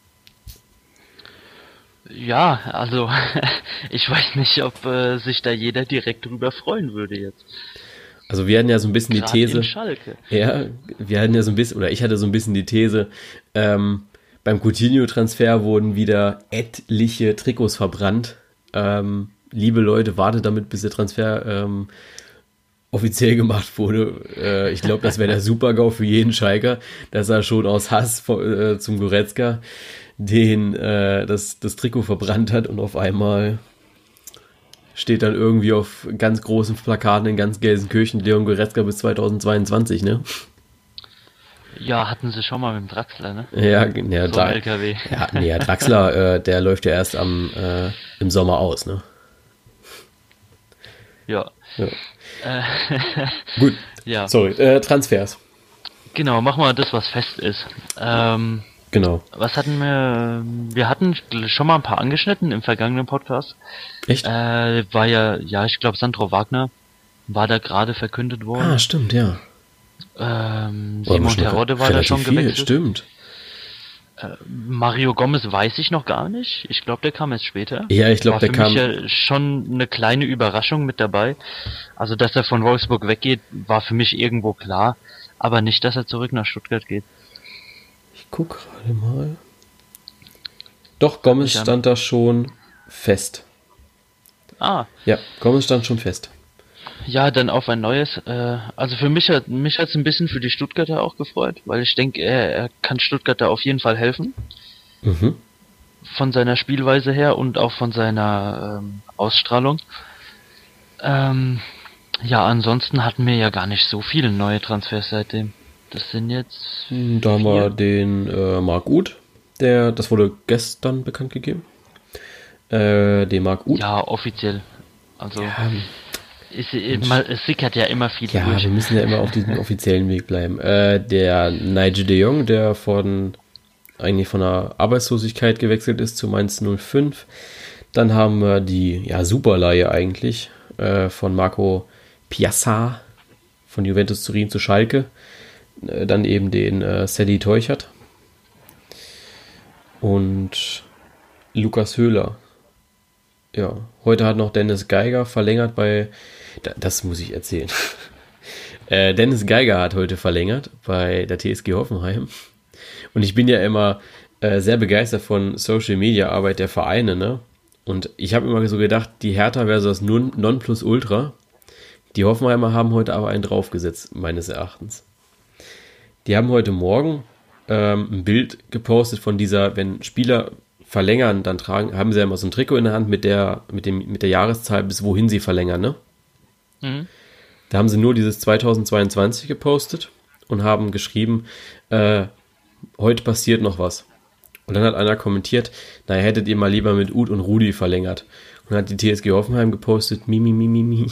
Ja, also ich weiß nicht, ob sich da jeder direkt drüber freuen würde jetzt. Also wir hatten ja so ein bisschen Gerade die These. in Schalke. Ja, wir hatten ja so ein bisschen, oder ich hatte so ein bisschen die These, beim Coutinho-Transfer wurden wieder etliche Trikots verbrannt. Liebe Leute, wartet damit, bis der Transfer offiziell gemacht wurde. Ich glaube, das wäre der Super-GAU für jeden Schalker, dass er schon aus Hass zum Goretzka das Trikot verbrannt hat und auf einmal steht dann irgendwie auf ganz großen Plakaten in ganz Gelsenkirchen Leon Goretzka bis 2022, ne? Ja, hatten sie schon mal mit dem Draxler, ne? Ja, so ein LKW. Ja, Draxler, der läuft ja erst im Sommer aus, ne? Ja. Gut, ja. Sorry, Transfers. Genau, mach mal das, was fest ist. Genau. Was hatten wir? Wir hatten schon mal ein paar angeschnitten im vergangenen Podcast. Echt? War ja, ich glaube, Sandro Wagner war da gerade verkündet worden. Ah, stimmt, ja. Simon Terodde war da schon gewechselt. Stimmt. Mario Gomez weiß ich noch gar nicht. Ich glaube, der kam erst später. Ja, ich glaube, der kam. War für mich ja schon eine kleine Überraschung mit dabei. Also, dass er von Wolfsburg weggeht, war für mich irgendwo klar. Aber nicht, dass er zurück nach Stuttgart geht. Ich guck gerade mal. Doch, Gomez stand da schon fest. Ah. Ja, Gomez stand schon fest. Ja, dann auf ein neues. Also für mich hat's ein bisschen für die Stuttgarter auch gefreut, weil ich denke, er kann Stuttgarter auf jeden Fall helfen. Mhm. Von seiner Spielweise her und auch von seiner Ausstrahlung. Ja, ansonsten hatten wir ja gar nicht so viele neue Transfers seitdem. Das sind jetzt Da haben wir den Marc Uth, Das wurde gestern bekannt gegeben. Den Marc Uth. Ja, offiziell. Also Ja, es sickert ja immer viel ja, durch. wir müssen ja immer auf diesem offiziellen Weg bleiben. Der Nigel de Jong, der eigentlich von der Arbeitslosigkeit gewechselt ist zu Mainz 05. Dann haben wir die Superleihe eigentlich von Marco Piazza von Juventus Turin zu Schalke. Dann eben den Sedi Teuchert und Lukas Höhler. Ja, heute hat noch Dennis Geiger verlängert das muss ich erzählen. Dennis Geiger hat heute verlängert bei der TSG Hoffenheim. Und ich bin ja immer sehr begeistert von Social Media Arbeit der Vereine, ne? Und ich habe immer so gedacht, die Hertha wäre so das Nonplusultra. Die Hoffenheimer haben heute aber einen draufgesetzt, meines Erachtens. Die haben heute Morgen ein Bild gepostet von wenn Spieler verlängern, dann haben sie ja immer so ein Trikot in der Hand mit der Jahreszahl, bis wohin sie verlängern, ne? Mhm. Da haben sie nur dieses 2022 gepostet und haben geschrieben, heute passiert noch was. Und dann hat einer kommentiert, naja, hättet ihr mal lieber mit Uth und Rudi verlängert. Und dann hat die TSG Hoffenheim gepostet, mi.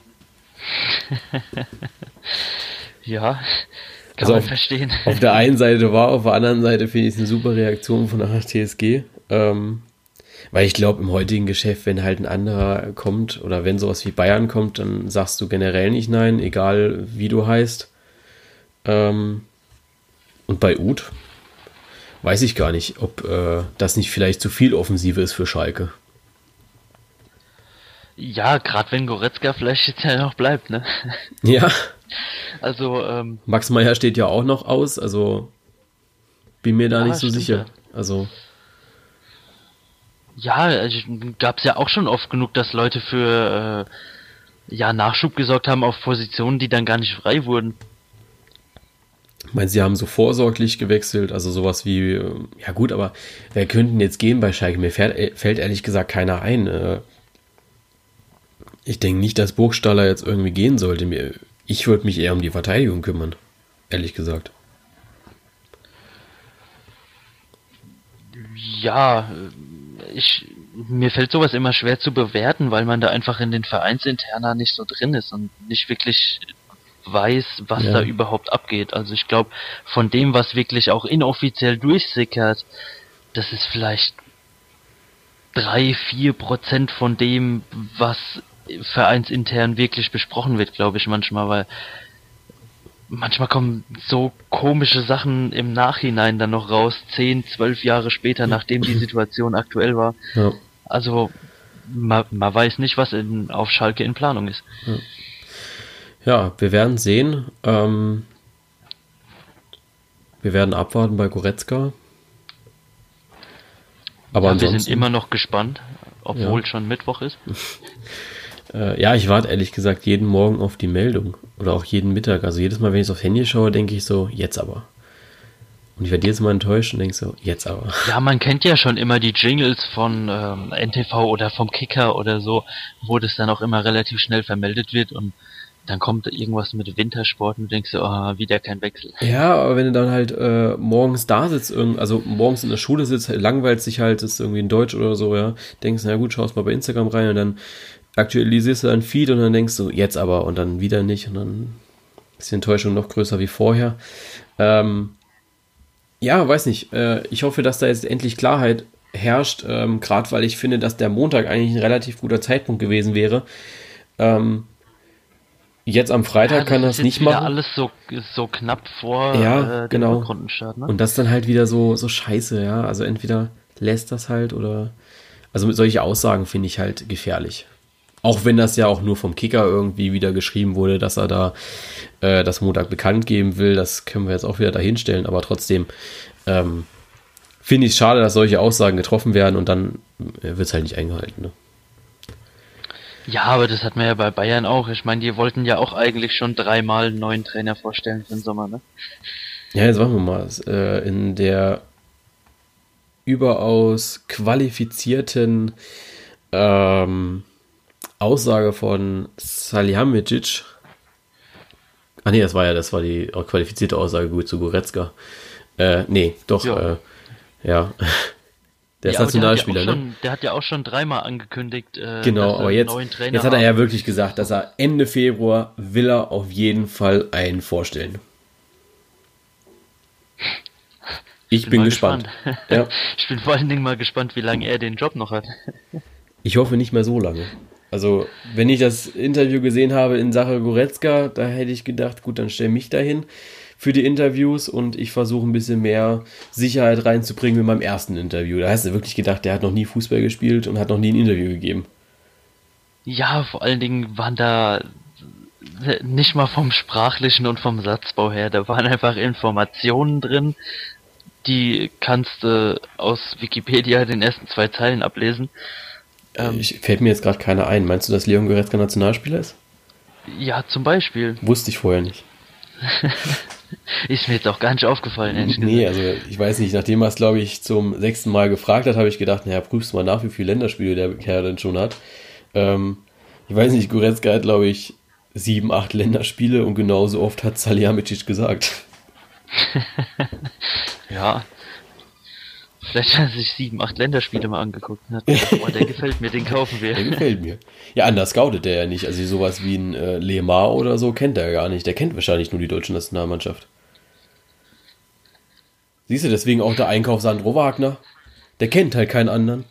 Ja, kann man verstehen. Auf der einen Seite auf der anderen Seite finde ich es eine super Reaktion von der TSG. Weil ich glaube, im heutigen Geschäft, wenn halt ein anderer kommt oder wenn sowas wie Bayern kommt, dann sagst du generell nicht nein, egal wie du heißt. Und bei Uth weiß ich gar nicht, ob das nicht vielleicht zu viel Offensive ist für Schalke. Ja, gerade wenn Goretzka vielleicht jetzt ja noch bleibt, ne? Ja. Also, Max Meyer steht ja auch noch aus, also bin mir da nicht so sicher. Ja. Also. Ja, gab's ja auch schon oft genug, dass Leute für Nachschub gesorgt haben auf Positionen, die dann gar nicht frei wurden. Ich meine, sie haben so vorsorglich gewechselt, also sowas wie, ja gut, aber wer könnte denn jetzt gehen bei Schalke? Mir fällt ehrlich gesagt keiner ein. Ich denke nicht, dass Burgstaller jetzt irgendwie gehen sollte. Ich würde mich eher um die Verteidigung kümmern, ehrlich gesagt. Ja, mir fällt sowas immer schwer zu bewerten, weil man da einfach in den Vereinsinterna nicht so drin ist und nicht wirklich weiß, was da überhaupt abgeht. Also ich glaube, von dem, was wirklich auch inoffiziell durchsickert, das ist vielleicht 3-4% von dem, was vereinsintern wirklich besprochen wird, glaube ich manchmal, weil manchmal kommen so komische Sachen im Nachhinein dann noch raus, 10-12 Jahre später, nachdem die Situation aktuell war. Ja. Also man weiß nicht, was auf Schalke in Planung ist. Ja, wir werden sehen. Wir werden abwarten bei Goretzka. Aber ansonsten, wir sind immer noch gespannt, obwohl schon Mittwoch ist. Ich warte ehrlich gesagt jeden Morgen auf die Meldung oder auch jeden Mittag. Also jedes Mal, wenn ich aufs Handy schaue, denke ich so, jetzt aber. Und ich werde jetzt mal enttäuscht und denke so, jetzt aber. Ja, man kennt ja schon immer die Jingles von NTV oder vom Kicker oder so, wo das dann auch immer relativ schnell vermeldet wird und dann kommt irgendwas mit Wintersport und du denkst so, wieder kein Wechsel. Ja, aber wenn du dann halt morgens da sitzt, also morgens in der Schule sitzt, langweilt sich halt, ist irgendwie in Deutsch oder so, ja, denkst, na gut, schaust mal bei Instagram rein und dann aktualisierst du dein Feed und dann denkst du, jetzt aber und dann wieder nicht und dann ist die Enttäuschung noch größer wie vorher. Weiß nicht. Ich hoffe, dass da jetzt endlich Klarheit herrscht, gerade weil ich finde, dass der Montag eigentlich ein relativ guter Zeitpunkt gewesen wäre. Jetzt am Freitag kann das nicht machen. Alles so knapp vor dem Rückrundenstart, ne? Und das dann halt wieder so scheiße, ja. Also entweder lässt das halt oder. Also solche Aussagen finde ich halt gefährlich. Auch wenn das ja auch nur vom Kicker irgendwie wieder geschrieben wurde, dass er da das Montag bekannt geben will, das können wir jetzt auch wieder dahinstellen, aber trotzdem finde ich es schade, dass solche Aussagen getroffen werden und dann wird es halt nicht eingehalten. Ne? Ja, aber das hatten wir ja bei Bayern auch. Ich meine, die wollten ja auch eigentlich schon 3-mal einen neuen Trainer vorstellen für den Sommer, ne? Ja, jetzt machen wir mal. In der überaus qualifizierten Aussage von Salihamidzic. Ach nee, das war die qualifizierte Aussage gut zu Goretzka. Ja. Der ist Ja, aber Nationalspieler, ne? der hat ja auch schon dreimal angekündigt, Genau, dass er aber einen neuen Trainer jetzt hat er ja haben will. wirklich gesagt, dass er Ende Februar will er auf jeden Fall einen vorstellen. Ich bin mal gespannt. Ja. Ich bin vor allen Dingen mal gespannt, wie lange er den Job noch hat. Ich hoffe nicht mehr so lange. Also, wenn ich das Interview gesehen habe in Sache Goretzka, da hätte ich gedacht, gut, dann stell mich dahin für die Interviews und ich versuche ein bisschen mehr Sicherheit reinzubringen mit meinem ersten Interview. Da hast du wirklich gedacht, der hat noch nie Fußball gespielt und hat noch nie ein Interview gegeben. Ja, vor allen Dingen waren da nicht mal vom Sprachlichen und vom Satzbau her, da waren einfach Informationen drin, die kannst du aus Wikipedia den ersten 2 Zeilen ablesen. Fällt mir jetzt gerade keiner ein. Meinst du, dass Leon Goretzka Nationalspieler ist? Ja, zum Beispiel. Wusste ich vorher nicht. Ist mir jetzt auch gar nicht aufgefallen, ehrlich gesagt. Nee, also ich weiß nicht, nachdem er es, glaube ich, zum 6. Mal gefragt hat, habe ich gedacht, naja, prüfst mal nach, wie viele Länderspiele der Kerl denn schon hat. Ich weiß nicht, Goretzka hat, glaube ich, 7, 8 Länderspiele und genauso oft hat Salihamidzic gesagt. Ja. Vielleicht hat er sich 7, 8 Länderspiele mal angeguckt und hat gedacht, boah, der gefällt mir, den kaufen wir. Der gefällt mir. Ja, anders scoutet der ja nicht. Also sowas wie ein Lemar oder so kennt er gar nicht. Der kennt wahrscheinlich nur die deutsche Nationalmannschaft. Siehst du, deswegen auch der Einkauf Sandro Wagner. Der kennt halt keinen anderen.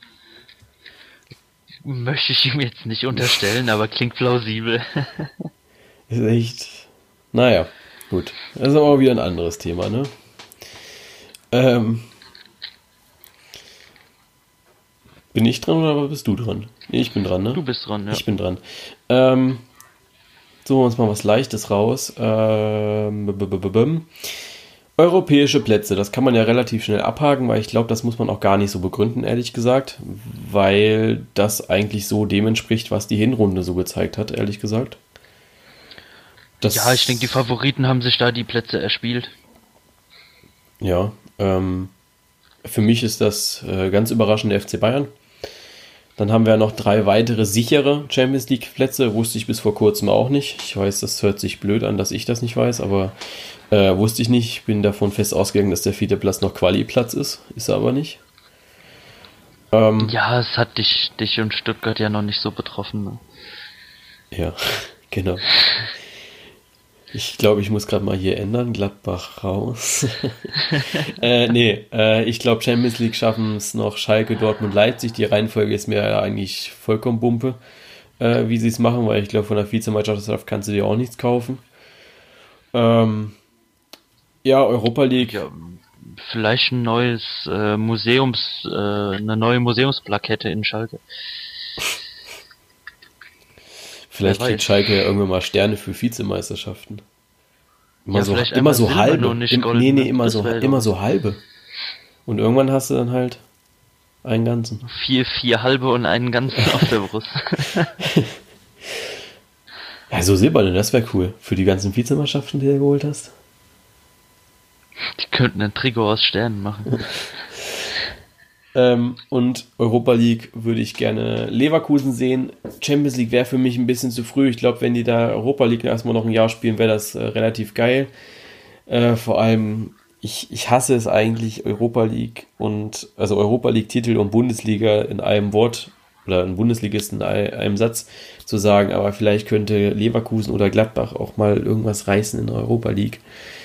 Möchte ich ihm jetzt nicht unterstellen, aber klingt plausibel. Ist echt... Naja, gut. Das ist aber wieder ein anderes Thema, ne? Bin ich dran oder bist du dran? Nee, ich bin dran, ne? Du bist dran, ja. Ich bin dran. Suchen wir uns mal was Leichtes raus. Europäische Plätze, das kann man ja relativ schnell abhaken, weil ich glaube, das muss man auch gar nicht so begründen, ehrlich gesagt, weil das eigentlich so dem entspricht, was die Hinrunde so gezeigt hat, ehrlich gesagt. Ja, ich denke, die Favoriten haben sich da die Plätze erspielt. Ja, für mich ist das ganz überraschend der FC Bayern. Dann haben wir noch 3 weitere sichere Champions League Plätze, wusste ich bis vor kurzem auch nicht. Ich weiß, das hört sich blöd an, dass ich das nicht weiß, aber wusste ich nicht. Ich bin davon fest ausgegangen, dass der 4. Platz noch Quali-Platz ist er aber nicht. Ja, es hat dich und Stuttgart ja noch nicht so betroffen. Ne? Ja, genau. Ich glaube, ich muss gerade mal hier ändern. Gladbach raus. Ich glaube, Champions League schaffen es noch Schalke, Dortmund, Leipzig. Die Reihenfolge ist mir ja eigentlich vollkommen Bumpe, wie sie es machen, weil ich glaube, von der Vizemeisterschaft kannst du dir auch nichts kaufen. Ja, Europa League. Ja, vielleicht ein neues eine neue Museumsplakette in Schalke. Vielleicht kriegt Schalke ja irgendwann mal Sterne für Vizemeisterschaften. Immer so halbe. Immer so halbe. Und irgendwann hast du dann halt einen ganzen. 4 halbe und einen ganzen auf der Brust. Ja, so silberne, das wäre cool. Für die ganzen Vizemeisterschaften, die du geholt hast. Die könnten ein Trikot aus Sternen machen. Und Europa League würde ich gerne Leverkusen sehen. Champions League wäre für mich ein bisschen zu früh. Ich glaube, wenn die da Europa League erstmal noch ein Jahr spielen, wäre das relativ geil. Vor allem, ich hasse es eigentlich, Europa League Titel und Bundesliga in einem Wort oder ein Bundesligisten in einem Satz zu sagen, aber vielleicht könnte Leverkusen oder Gladbach auch mal irgendwas reißen in der Europa League.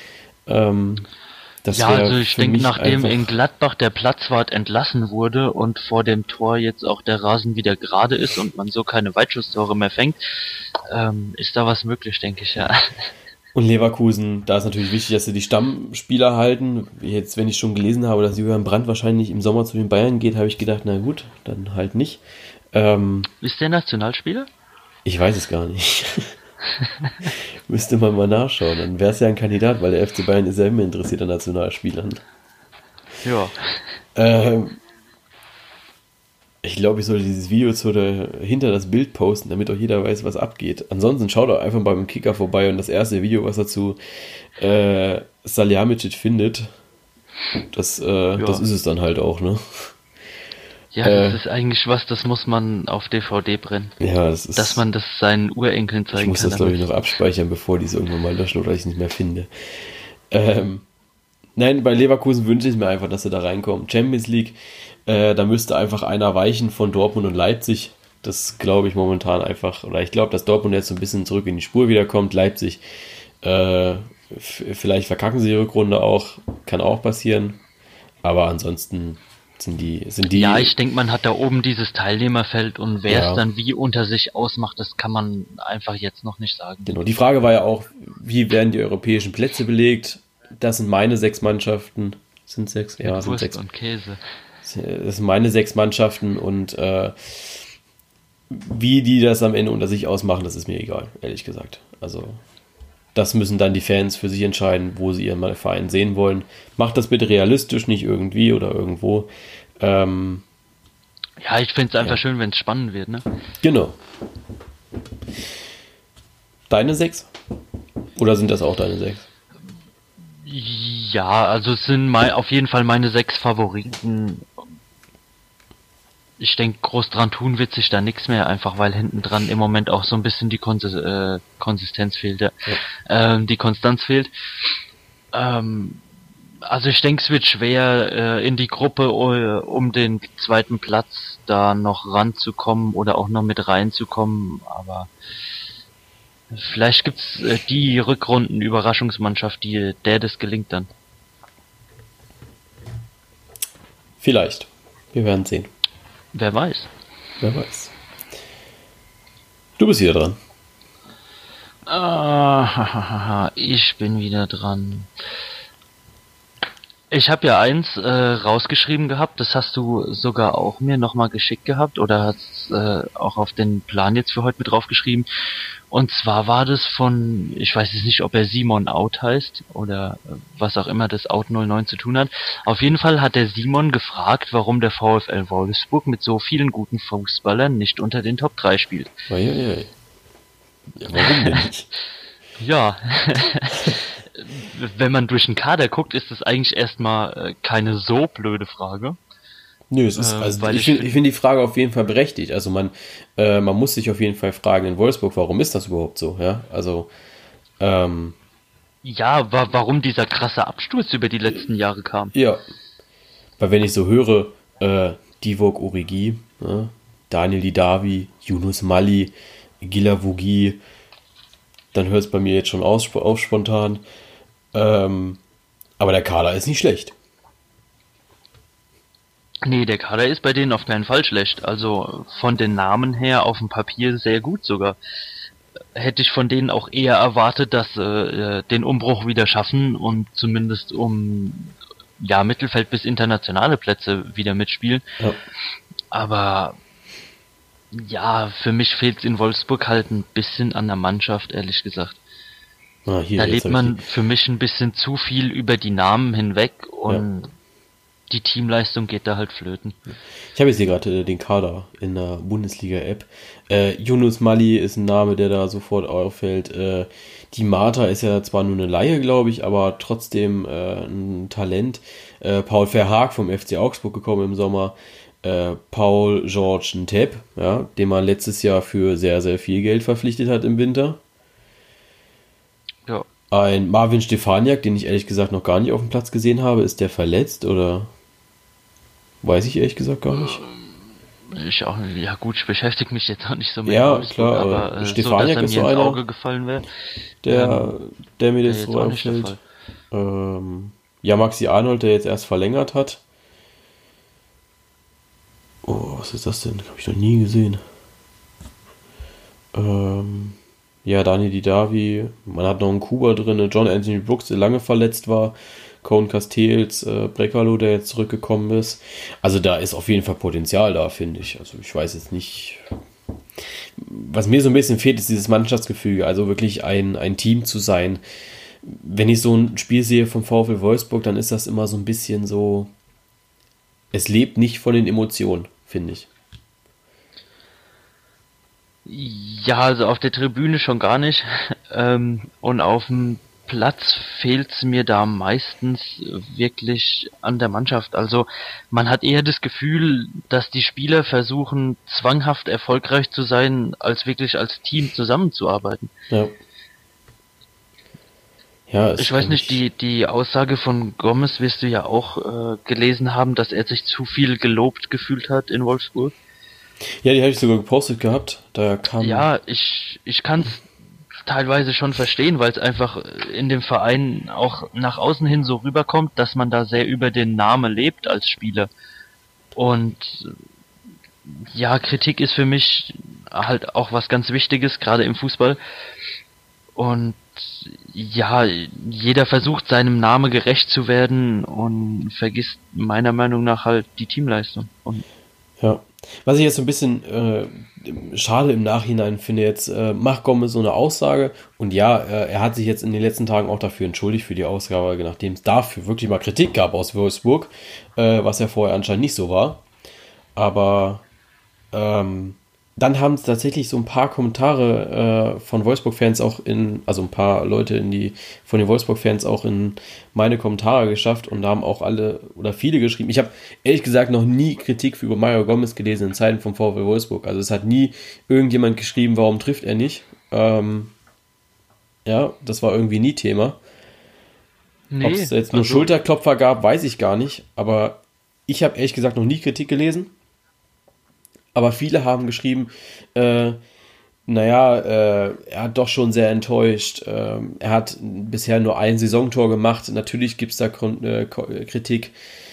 Also ich denke, nachdem in Gladbach der Platzwart entlassen wurde und vor dem Tor jetzt auch der Rasen wieder gerade ist und man so keine Weitschusstore mehr fängt, ist da was möglich, denke ich, ja. Und Leverkusen, da ist natürlich wichtig, dass sie die Stammspieler halten. Jetzt, wenn ich schon gelesen habe, dass Julian Brandt wahrscheinlich im Sommer zu den Bayern geht, habe ich gedacht, na gut, dann halt nicht. Ist der Nationalspieler? Ich weiß es gar nicht. Müsste man mal nachschauen. Dann wäre es ja ein Kandidat, weil der FC Bayern ist ja immer interessiert an Nationalspielern. Ja. Ich glaube, ich sollte dieses Video hinter das Bild posten, damit auch jeder weiß, was abgeht. Ansonsten schaut doch einfach beim Kicker vorbei und das erste Video, was er zu Salihamidzic findet, das ist es dann halt auch, ne? Ja, das ist eigentlich was, das muss man auf DVD brennen. Ja, das ist... Dass man das seinen Urenkeln zeigen kann. Ich muss das, glaube ich, noch abspeichern, bevor die es irgendwann mal löschen oder ich es nicht mehr finde. Nein, bei Leverkusen wünsche ich mir einfach, dass sie da reinkommen. Champions League, da müsste einfach einer weichen von Dortmund und Leipzig. Das glaube ich momentan einfach, oder ich glaube, dass Dortmund jetzt so ein bisschen zurück in die Spur wiederkommt. Leipzig, vielleicht verkacken sie die Rückrunde auch, kann auch passieren. Aber ansonsten sind die. Ja, ich denke, man hat da oben dieses Teilnehmerfeld und wer Ja. es dann wie unter sich ausmacht, das kann man einfach jetzt noch nicht sagen. Genau, die Frage war ja auch, wie werden die europäischen Plätze belegt? Das sind meine 6 Mannschaften. Sind 6? Ja, sind Wurst 6. und Käse. Das sind meine 6 Mannschaften und wie die das am Ende unter sich ausmachen, das ist mir egal, ehrlich gesagt. Also das müssen dann die Fans für sich entscheiden, wo sie ihren Verein sehen wollen. Macht das bitte realistisch, nicht irgendwie oder irgendwo. Ja, ich finde es einfach schön, wenn es spannend wird, ne? Genau. Deine 6? Oder sind das auch deine 6? Ja, also es sind auf jeden Fall meine 6 Favoriten. Ich denke, groß dran tun wird sich da nichts mehr, einfach weil hinten dran im Moment auch so ein bisschen die Konsistenz fehlt, die Konstanz fehlt. Also ich denke, es wird schwer, in die Gruppe um den zweiten Platz da noch ranzukommen oder auch noch mit reinzukommen, aber vielleicht gibt's die Rückrunden-Überraschungsmannschaft, der das gelingt dann. Vielleicht. Wir werden sehen. Wer weiß. Wer weiß. Du bist wieder dran. Ich bin wieder dran. Ich habe ja eins rausgeschrieben gehabt, das hast du sogar auch mir nochmal geschickt gehabt oder hast auch auf den Plan jetzt für heute mit draufgeschrieben. Und zwar war das von, ich weiß jetzt nicht, ob er Simon Out heißt oder was auch immer das Out 09 zu tun hat. Auf jeden Fall hat der Simon gefragt, warum der VfL Wolfsburg mit so vielen guten Fußballern nicht unter den Top 3 spielt. Uiuiui. Ja, warum denn nicht? Ja, wenn man durch den Kader guckt, ist das eigentlich erstmal keine so blöde Frage. Nö, es ist, also weil ich finde die Frage auf jeden Fall berechtigt. Also man muss sich auf jeden Fall fragen in Wolfsburg, warum ist das überhaupt so? Ja, also Ja, warum dieser krasse Absturz über die letzten Jahre kam. ja, weil wenn ich so höre, Divock Origi, Daniel Didavi, Yunus Mali, Guilavogui, dann hört es bei mir jetzt schon auf spontan. Aber der Kader ist nicht schlecht. Nee, der Kader ist bei denen auf keinen Fall schlecht. Also von den Namen her auf dem Papier sehr gut sogar. Hätte ich von denen auch eher erwartet, dass sie den Umbruch wieder schaffen und zumindest um Mittelfeld bis internationale Plätze wieder mitspielen. Ja. Aber ja, für mich fehlt es in Wolfsburg halt ein bisschen an der Mannschaft, ehrlich gesagt. Hier, Da jetzt lebt hab ich man für mich ein bisschen zu viel über die Namen hinweg und die Teamleistung geht da halt flöten. Ich habe jetzt hier gerade den Kader in der Bundesliga-App. Yunus Mali ist ein Name, der da sofort auffällt. Die Marta ist ja zwar nur eine Laie, glaube ich, aber trotzdem ein Talent. Paul Verhaag vom FC Augsburg gekommen im Sommer. Paul George Ntep, ja, den man letztes Jahr für sehr, sehr viel Geld verpflichtet hat im Winter. Ja. Ein Marvin Stefaniak, den ich ehrlich gesagt noch gar nicht auf dem Platz gesehen habe. Ist der verletzt oder weiß ich ehrlich gesagt gar nicht? Ich auch, ja gut, ich beschäftige mich jetzt auch nicht so mit Ja, Wolfsburg, klar, aber Stefaniak dass ist er mir so ins einer, Auge gefallen wäre. der mir das jetzt so auch nicht der auffällt. Fall. Ja, Maxi Arnold, der jetzt erst verlängert hat. Oh, was ist das denn? Habe ich noch nie gesehen. Ja, Dani Didavi. Man hat noch einen Kuba drin. John Anthony Brooks, der lange verletzt war. Cohen Castells, Brekalo, der jetzt zurückgekommen ist. Also da ist auf jeden Fall Potenzial da, finde ich. Also ich weiß jetzt nicht. Was mir so ein bisschen fehlt, ist dieses Mannschaftsgefüge. Also wirklich ein Team zu sein. Wenn ich so ein Spiel sehe vom VfL Wolfsburg, dann ist das immer so ein bisschen so. Es lebt nicht von den Emotionen, finde ich. Ja, also auf der Tribüne schon gar nicht. Und auf dem Platz fehlt's mir da meistens wirklich an der Mannschaft. Also man hat eher das Gefühl, dass die Spieler versuchen, zwanghaft erfolgreich zu sein, als wirklich als Team zusammenzuarbeiten. Ja. Ja, ist Ich weiß nicht, eigentlich. die Aussage von Gomez wirst du ja auch gelesen haben, dass er sich zu viel gelobt gefühlt hat in Wolfsburg. Ja, die hatte ich sogar gepostet gehabt. Da kam. Ja, ich kann es teilweise schon verstehen, weil es einfach in dem Verein auch nach außen hin so rüberkommt, dass man da sehr über den Namen lebt als Spieler. Und ja, Kritik ist für mich halt auch was ganz Wichtiges, gerade im Fußball. Und ja, jeder versucht seinem Namen gerecht zu werden und vergisst meiner Meinung nach halt die Teamleistung. Und Ja. Was ich jetzt so ein bisschen schade im Nachhinein finde, jetzt macht Gomez so eine Aussage und ja, er hat sich jetzt in den letzten Tagen auch dafür entschuldigt für die Aussage, nachdem es dafür wirklich mal Kritik gab aus Wolfsburg, was ja vorher anscheinend nicht so war. Aber ähm, dann haben es tatsächlich so ein paar Kommentare von Wolfsburg-Fans auch also ein paar Leute von den Wolfsburg-Fans auch in meine Kommentare geschafft und da haben auch alle oder viele geschrieben. Ich habe ehrlich gesagt noch nie Kritik über Mario Gomez gelesen in Zeiten vom VfL Wolfsburg. Also es hat nie irgendjemand geschrieben, warum trifft er nicht. Ja, das war irgendwie nie Thema. Ob es nee, jetzt nur also Schulterklopfer gab, weiß ich gar nicht. Aber ich habe ehrlich gesagt noch nie Kritik gelesen. Aber viele haben geschrieben, naja, er hat doch schon sehr enttäuscht. Er hat bisher nur ein Saisontor gemacht. Natürlich gibt es da Kritik.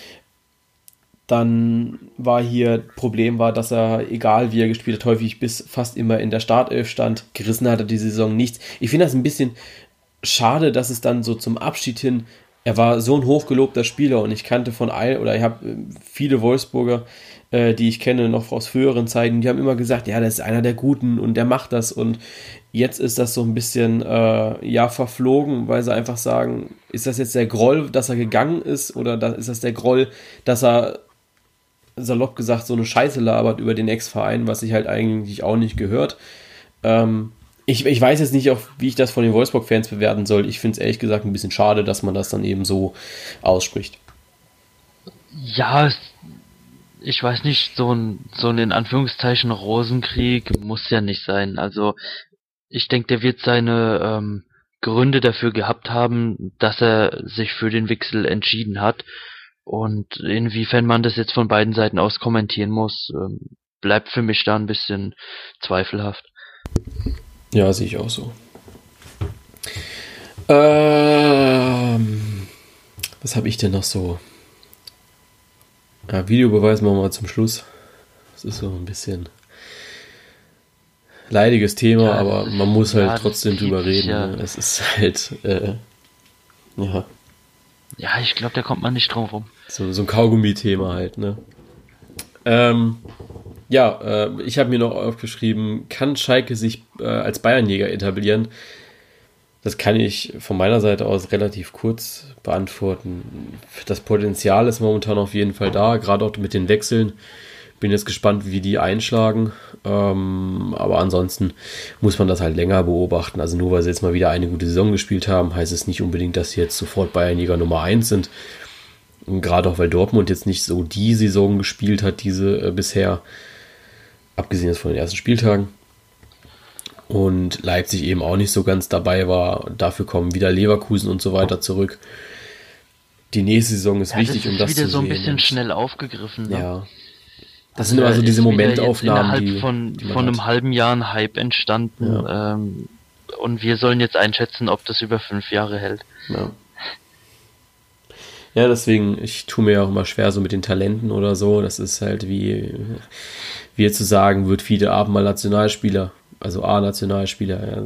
Dann Problem war, dass er, egal wie er gespielt hat, häufig bis fast immer in der Startelf stand. Gerissen hat er die Saison nichts. Ich finde das ein bisschen schade, dass es dann so zum Abschied hin, er war so ein hochgelobter Spieler und ich kannte oder ich habe viele Wolfsburger, die ich kenne, noch aus früheren Zeiten, die haben immer gesagt, ja, der ist einer der Guten und der macht das und jetzt ist das so ein bisschen, ja, verflogen, weil sie einfach sagen, ist das jetzt der Groll, dass er gegangen ist oder ist das der Groll, dass er salopp gesagt so eine Scheiße labert über den Ex-Verein, was sich halt eigentlich auch nicht gehört. Ich weiß jetzt nicht, auch, wie ich das von den Wolfsburg-Fans bewerten soll. Ich finde es ehrlich gesagt ein bisschen schade, dass man das dann eben so ausspricht. ja, ich weiß nicht, so ein in Anführungszeichen Rosenkrieg muss ja nicht sein. Also ich denke, der wird seine Gründe dafür gehabt haben, dass er sich für den Wechsel entschieden hat. Und inwiefern man das jetzt von beiden Seiten aus kommentieren muss, bleibt für mich da ein bisschen zweifelhaft. Ja, sehe ich auch so. Ähm, Was habe ich denn noch so? Ja, Videobeweis machen wir mal zum Schluss. Das ist so ein bisschen leidiges Thema, aber man muss halt Das trotzdem zieht drüber sich reden. ja. Ne? Es ist halt, ja, Ja, ich glaube, da kommt man nicht drum rum. so ein Kaugummi-Thema halt, ne? Ähm, ja, ich habe mir noch aufgeschrieben, kann Schalke sich als Bayernjäger etablieren? Das kann ich von meiner Seite aus relativ kurz beantworten. Das Potenzial ist momentan auf jeden Fall da, gerade auch mit den Wechseln. Bin jetzt gespannt, wie die einschlagen. Aber ansonsten muss man das halt länger beobachten. Also nur weil sie jetzt mal wieder eine gute Saison gespielt haben, heißt es nicht unbedingt, dass sie jetzt sofort Bayernjäger Nummer 1 sind. Und gerade auch weil Dortmund jetzt nicht so die Saison gespielt hat, diese bisher, abgesehen jetzt von den ersten Spieltagen. Und Leipzig eben auch nicht so ganz dabei war. Dafür kommen wieder Leverkusen und so weiter zurück. Die nächste Saison ist Ja, das wichtig, um ist das wieder zu so ein sehen. bisschen Und schnell aufgegriffen, ne? ja, das Also sind immer da so diese ist wieder jetzt Momentaufnahmen, innerhalb die, von, die man von einem hat. halben Jahr ein Hype entstanden. Ja, Und wir sollen jetzt einschätzen, ob das über 5 Jahre hält. ja. Ja, deswegen, ich tue mir auch immer schwer so mit den Talenten oder so. Das ist halt wie jetzt zu sagen, wird Fiete Abend mal Nationalspieler. Also A-Nationalspieler. Ja,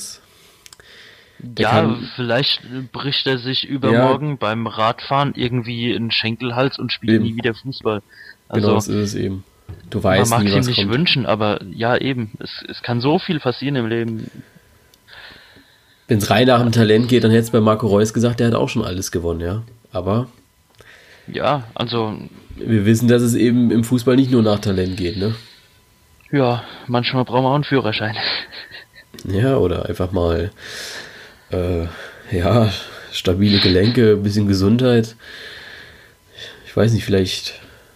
der Ja, kann, vielleicht bricht er sich ja, übermorgen beim Radfahren irgendwie einen Schenkelhals und spielt eben, nie wieder Fußball. genau, Also das ist es eben. Du man weißt mag nie, es ihm was nicht kommt. wünschen, aber ja eben, es kann so viel passieren im Leben. Wenn es rein nach dem Also Talent geht, dann hätte es bei Marco Reus gesagt, der hat auch schon alles gewonnen, ja. Aber ja, also wir wissen, dass es eben im Fußball nicht nur nach Talent geht, ne? ja, manchmal braucht man auch einen Führerschein. Ja, oder einfach mal, äh, ja, stabile Gelenke, ein bisschen Gesundheit. Ich weiß nicht, vielleicht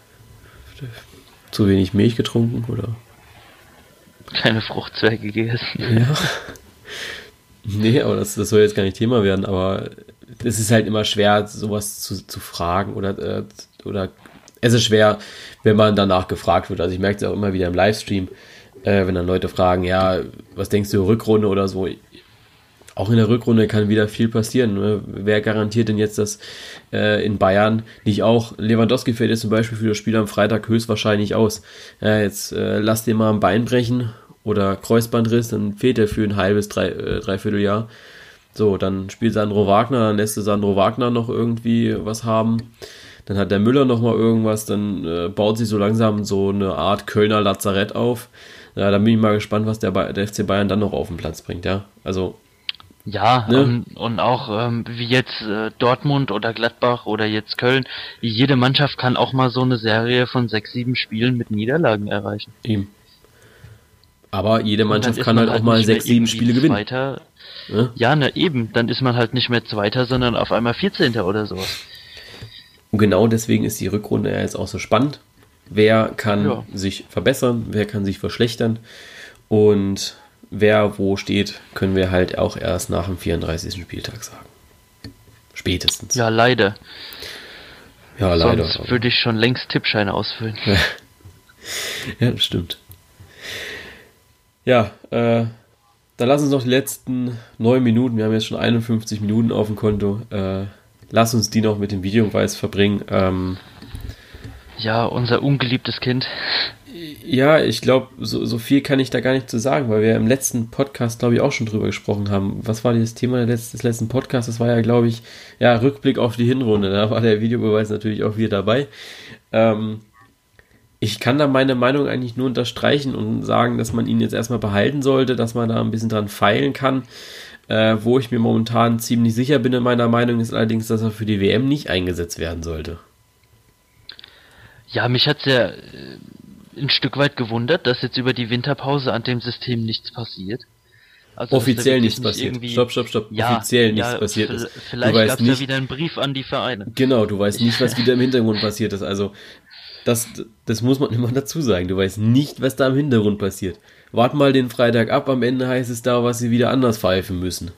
zu wenig Milch getrunken oder. Keine Fruchtzwerge gegessen. Ja, Nee, aber das soll jetzt gar nicht Thema werden, aber es ist halt immer schwer, sowas zu fragen oder es ist schwer, wenn man danach gefragt wird. Also ich merke es auch immer wieder im Livestream, wenn dann Leute fragen, ja, was denkst du, Rückrunde oder so? Auch in der Rückrunde kann wieder viel passieren. Ne? Wer garantiert denn jetzt, dass in Bayern nicht auch Lewandowski fällt jetzt zum Beispiel für das Spiel am Freitag höchstwahrscheinlich aus. Jetzt lass dir mal ein Bein brechen oder Kreuzbandriss, dann fehlt er für ein halbes, dreiviertel Jahr. So, dann spielt Sandro Wagner, dann lässt du Sandro Wagner noch irgendwie was haben. Dann hat der Müller noch mal irgendwas, dann baut sich so langsam so eine Art Kölner Lazarett auf. Ja, da bin ich mal gespannt, was der FC Bayern dann noch auf den Platz bringt, ja. Also, Ja, ne? und auch wie jetzt Dortmund oder Gladbach oder jetzt Köln, jede Mannschaft kann auch mal so eine Serie von 6, 7 Spielen mit Niederlagen erreichen. Ihm. Aber jede Und dann Mannschaft ist kann man halt auch halt mal nicht mehr 6, 7 irgendwie Spiele gewinnen. Zweiter. Ne? Ja, na eben, dann ist man halt nicht mehr Zweiter, sondern auf einmal 14. oder sowas. Und genau deswegen ist die Rückrunde ja jetzt auch so spannend. Wer kann Ja. sich verbessern, wer kann sich verschlechtern und wer wo steht, können wir halt auch erst nach dem 34. Spieltag sagen. Spätestens. Ja, leider. Ja, leider. Sonst würde ich schon längst Tippscheine ausfüllen. Ja, das stimmt. Ja, dann lass uns noch die letzten 9 Minuten, wir haben jetzt schon 51 Minuten auf dem Konto, lass uns die noch mit dem Videobeweis verbringen. Ja, unser ungeliebtes Kind. Ja, ich glaube, so viel kann ich da gar nicht zu sagen, weil wir im letzten Podcast, glaube ich, auch schon drüber gesprochen haben. Was war das Thema des letzten Podcasts? Das war ja, glaube ich, ja, Rückblick auf die Hinrunde. Da war der Videobeweis natürlich auch wieder dabei. Ich kann da meine Meinung eigentlich nur unterstreichen und sagen, dass man ihn jetzt erstmal behalten sollte, dass man da ein bisschen dran feilen kann. Wo ich mir momentan ziemlich sicher bin in meiner Meinung, ist allerdings, dass er für die WM nicht eingesetzt werden sollte. Ja, mich hat's ja ein Stück weit gewundert, dass jetzt über die Winterpause an dem System nichts passiert. Also, dass da Offiziell wirklich nichts nicht passiert. irgendwie- Stopp. Ja, Offiziell nichts ja, passiert ist. Vielleicht Du weißt gab es ja nicht, wieder einen Brief an die Vereine. genau, du weißt nicht, was wieder im Hintergrund passiert ist. Also, das muss man immer dazu sagen. Du weißt nicht, was da im Hintergrund passiert. Wart mal den Freitag ab, am Ende heißt es da, was sie wieder anders pfeifen müssen.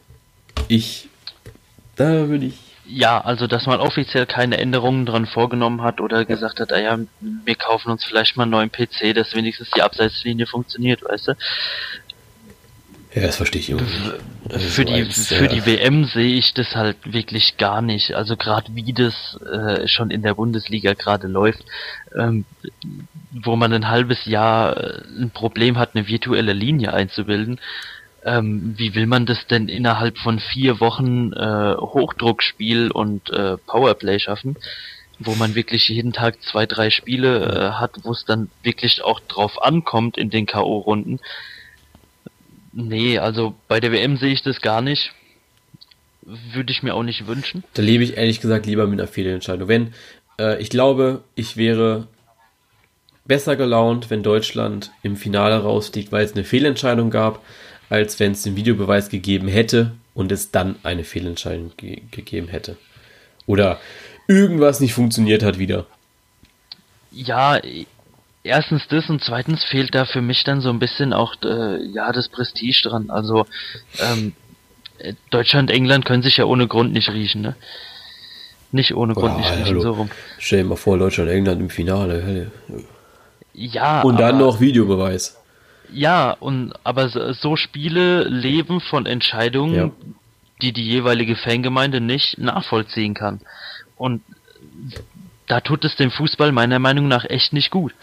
Da würde ich. Ja, also dass man offiziell keine Änderungen dran vorgenommen hat oder gesagt hat, ja, wir kaufen uns vielleicht mal einen neuen PC, dass wenigstens die Abseitslinie funktioniert, weißt du? Ja, das verstehe ich immer nicht. Also Für so für die WM sehe ich das halt wirklich gar nicht. Also gerade wie das schon in der Bundesliga gerade läuft, wo man ein halbes Jahr ein Problem hat, eine virtuelle Linie einzubilden. Wie will man das denn innerhalb von 4 Wochen Hochdruckspiel und Powerplay schaffen, wo man wirklich jeden Tag 2, 3 Spiele hat, wo es dann wirklich auch drauf ankommt in den K.O.-Runden. Nee, also bei der WM sehe ich das gar nicht. Würde ich mir auch nicht wünschen. Da lebe ich ehrlich gesagt lieber mit einer Fehlentscheidung. Ich glaube, ich wäre besser gelaunt, wenn Deutschland im Finale rausfliegt, weil es eine Fehlentscheidung gab, als wenn es den Videobeweis gegeben hätte und es dann eine Fehlentscheidung gegeben hätte. Oder irgendwas nicht funktioniert hat wieder. Ja, erstens das und zweitens fehlt da für mich dann so ein bisschen auch das Prestige dran. Also Deutschland, England können sich ja ohne Grund nicht riechen, ne? Nicht ohne Grund nicht riechen, hallo. so rum. Stell dir mal vor, Deutschland, England im Finale. Ja, Und dann aber, noch Videobeweis. ja, aber so Spiele leben von Entscheidungen, Ja. die die jeweilige Fangemeinde nicht nachvollziehen kann. Und da tut es dem Fußball meiner Meinung nach echt nicht gut.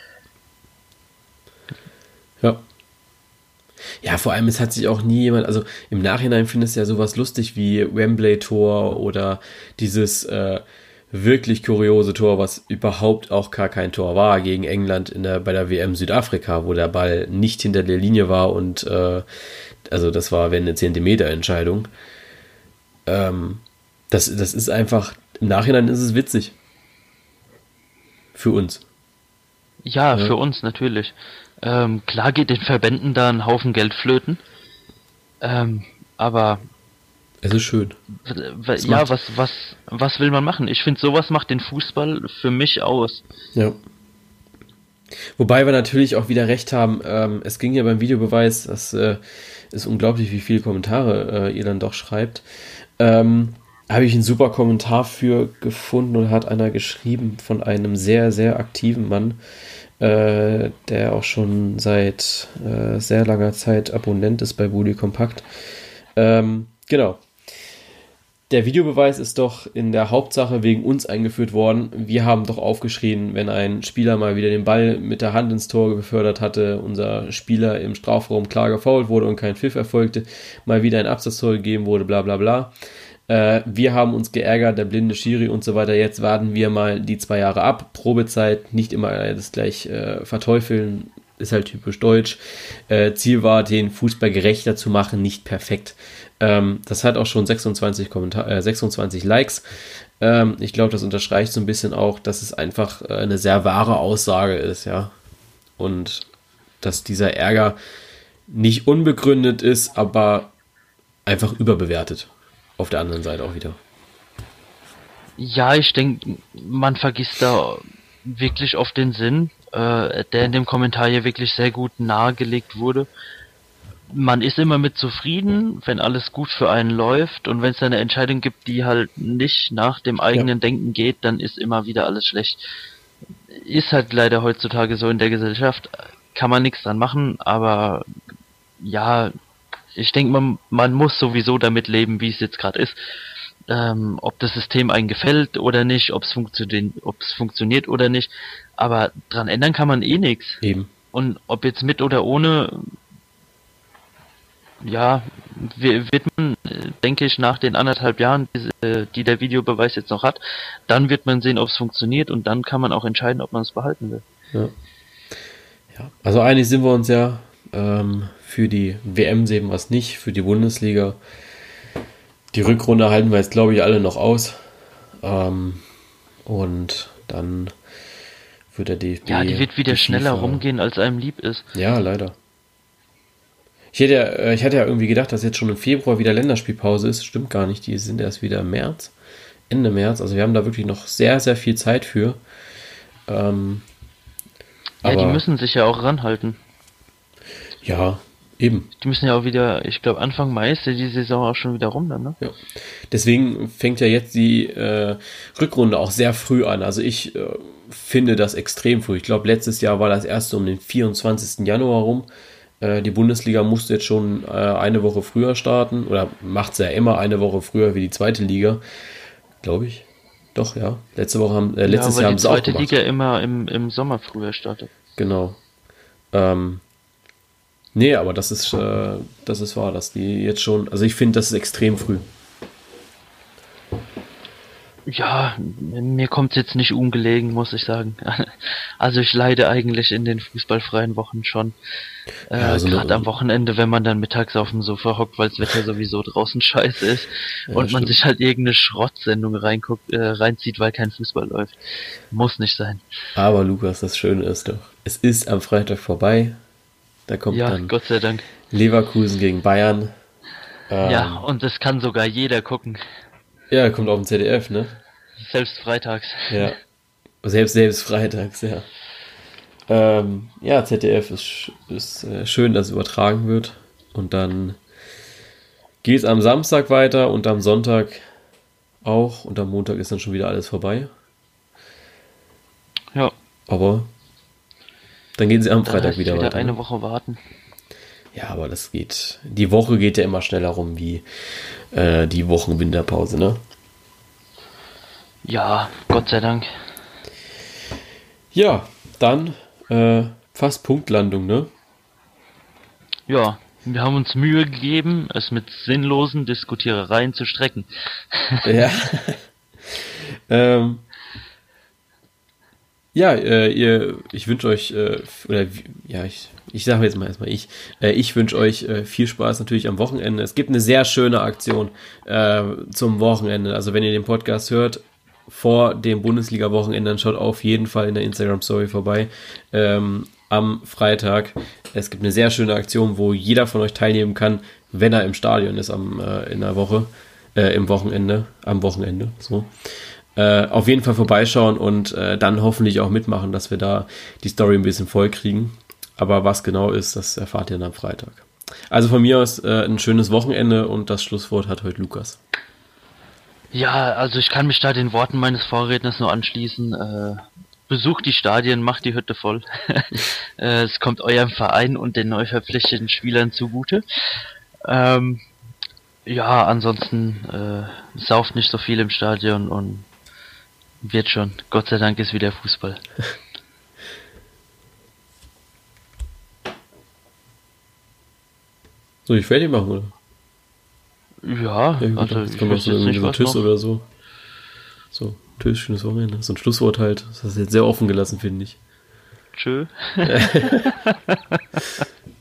Ja. Ja, vor allem, es hat sich auch nie jemand, also im Nachhinein findest du ja sowas lustig wie Wembley-Tor oder dieses wirklich kuriose Tor, was überhaupt auch gar kein Tor war gegen England bei der WM Südafrika, wo der Ball nicht hinter der Linie war und also das war, wenn eine Zentimeter-Entscheidung. Das ist einfach, im Nachhinein ist es witzig. Für uns. Ja, Ja. für uns natürlich. Klar geht den Verbänden da ein Haufen Geld flöten. Aber Es ist schön. ja, was will man machen? Ich finde, sowas macht den Fußball für mich aus. Ja. Wobei wir natürlich auch wieder recht haben, es ging ja beim Videobeweis, das ist unglaublich, wie viele Kommentare ihr dann doch schreibt. Habe ich einen super Kommentar für gefunden und hat einer geschrieben von einem sehr, sehr aktiven Mann, der auch schon seit sehr langer Zeit Abonnent ist bei Bully Compact. Genau. Der Videobeweis ist doch in der Hauptsache wegen uns eingeführt worden. Wir haben doch aufgeschrien, wenn ein Spieler mal wieder den Ball mit der Hand ins Tor befördert hatte, unser Spieler im Strafraum klar gefoult wurde und kein Pfiff erfolgte, mal wieder ein Absatztor gegeben wurde, bla bla bla. Wir haben uns geärgert, der blinde Schiri und so weiter. Jetzt warten wir mal die 2 Jahre ab. Probezeit, nicht immer das gleich verteufeln, ist halt typisch deutsch. Ziel war, den Fußball gerechter zu machen, nicht perfekt. Das hat auch schon 26 Likes. Ich glaube, das unterstreicht so ein bisschen auch, dass es einfach eine sehr wahre Aussage ist, ja. Und dass dieser Ärger nicht unbegründet ist, aber einfach überbewertet. Auf der anderen Seite auch wieder. Ja, ich denke, man vergisst da wirklich oft den Sinn, der in dem Kommentar hier wirklich sehr gut nahegelegt wurde. Man ist immer mit zufrieden, wenn alles gut für einen läuft, und wenn es eine Entscheidung gibt, die halt nicht nach dem eigenen Denken geht, dann ist immer wieder alles schlecht. Ist halt leider heutzutage so in der Gesellschaft, kann man nichts dran machen, aber ja, ich denke, man muss sowieso damit leben, wie es jetzt gerade ist. Ob das System einem gefällt oder nicht, ob es funktioniert oder nicht, aber dran ändern kann man eh nichts. Eben. Und ob jetzt mit oder ohne, ja, wird man, denke ich, nach den 1,5 Jahren, die der Videobeweis jetzt noch hat, dann wird man sehen, ob es funktioniert, und dann kann man auch entscheiden, ob man es behalten will. Ja. Also einig sind wir uns ja. Für die WM sehen wir es nicht, für die Bundesliga. Die Rückrunde halten wir jetzt, glaube ich, alle noch aus. Und dann wird der DFB... Ja, die wird wieder schneller rumgehen, als einem lieb ist. Ja, leider. Ich hatte ja irgendwie gedacht, dass jetzt schon im Februar wieder Länderspielpause ist. Stimmt gar nicht, die sind erst wieder im März. Ende März. Also wir haben da wirklich noch sehr, sehr viel Zeit für. Ja, die müssen sich ja auch ranhalten. Ja, eben. Die müssen ja auch wieder, ich glaube Anfang Mai ist ja die Saison auch schon wieder rum dann, ne? Ja. Deswegen fängt ja jetzt die Rückrunde auch sehr früh an. Also ich finde das extrem früh. Ich glaube, letztes Jahr war das erst um den 24. Januar rum. Die Bundesliga musste jetzt schon eine Woche früher starten, oder macht es ja immer eine Woche früher wie die zweite Liga, glaube ich. Doch, ja. Letztes Jahr haben sie auch gemacht. Weil die zweite Liga immer im Sommer früher startet. Genau. Nee, aber das ist wahr, dass die jetzt schon, also ich finde, das ist extrem früh. Ja, mir kommt es jetzt nicht ungelegen, muss ich sagen. Also ich leide eigentlich in den fußballfreien Wochen schon. Gerade am Wochenende, wenn man dann mittags auf dem Sofa hockt, weil das Wetter sowieso draußen scheiße ist, ja, und man sich halt irgendeine Schrottsendung reinzieht, weil kein Fußball läuft. Muss nicht sein. Aber Lukas, das Schöne ist doch, es ist am Freitag vorbei. Da kommt dann Gott sei Dank Leverkusen gegen Bayern. Ja, und das kann sogar jeder gucken. Ja, kommt auf dem ZDF, ne? Selbst freitags. Ja, selbst freitags, ja. Ja, ZDF ist schön, dass es übertragen wird. Und dann geht es am Samstag weiter und am Sonntag auch. Und am Montag ist dann schon wieder alles vorbei. Ja. Aber dann gehen sie am Freitag wieder weiter. Eine Woche warten. Ja, aber das geht. Die Woche geht ja immer schneller rum wie die Wochenwinterpause, ne? Ja, Gott sei Dank. Ja, dann fast Punktlandung, ne? Ja, wir haben uns Mühe gegeben, es mit sinnlosen Diskutierereien zu strecken. Ja. Ich wünsche euch, ich sage jetzt mal erstmal ich wünsche euch viel Spaß natürlich am Wochenende. Es gibt eine sehr schöne Aktion zum Wochenende. Also wenn ihr den Podcast hört, vor dem Bundesliga-Wochenende, dann schaut auf jeden Fall in der Instagram-Story vorbei am Freitag. Es gibt eine sehr schöne Aktion, wo jeder von euch teilnehmen kann, wenn er im Stadion ist in der Woche, am Wochenende, so. Auf jeden Fall vorbeischauen und dann hoffentlich auch mitmachen, dass wir da die Story ein bisschen voll kriegen. Aber was genau ist, das erfahrt ihr dann am Freitag. Also von mir aus ein schönes Wochenende und das Schlusswort hat heute Lukas. Ja, also ich kann mich da den Worten meines Vorredners nur anschließen. Besucht die Stadien, macht die Hütte voll. Es kommt eurem Verein und den neu verpflichteten Spielern zugute. Ja, ansonsten sauft nicht so viel im Stadion und wird schon. Gott sei Dank ist wieder Fußball. Soll ich fertig machen, oder? Ja, gut, also jetzt ich kommt noch wüsste so jetzt nicht, irgendwie was Tschüss noch. oder so. So, Tschüss, schönes Wochenende. So ein Schlusswort halt. Das hast du jetzt sehr offen gelassen, finde ich. Tschö.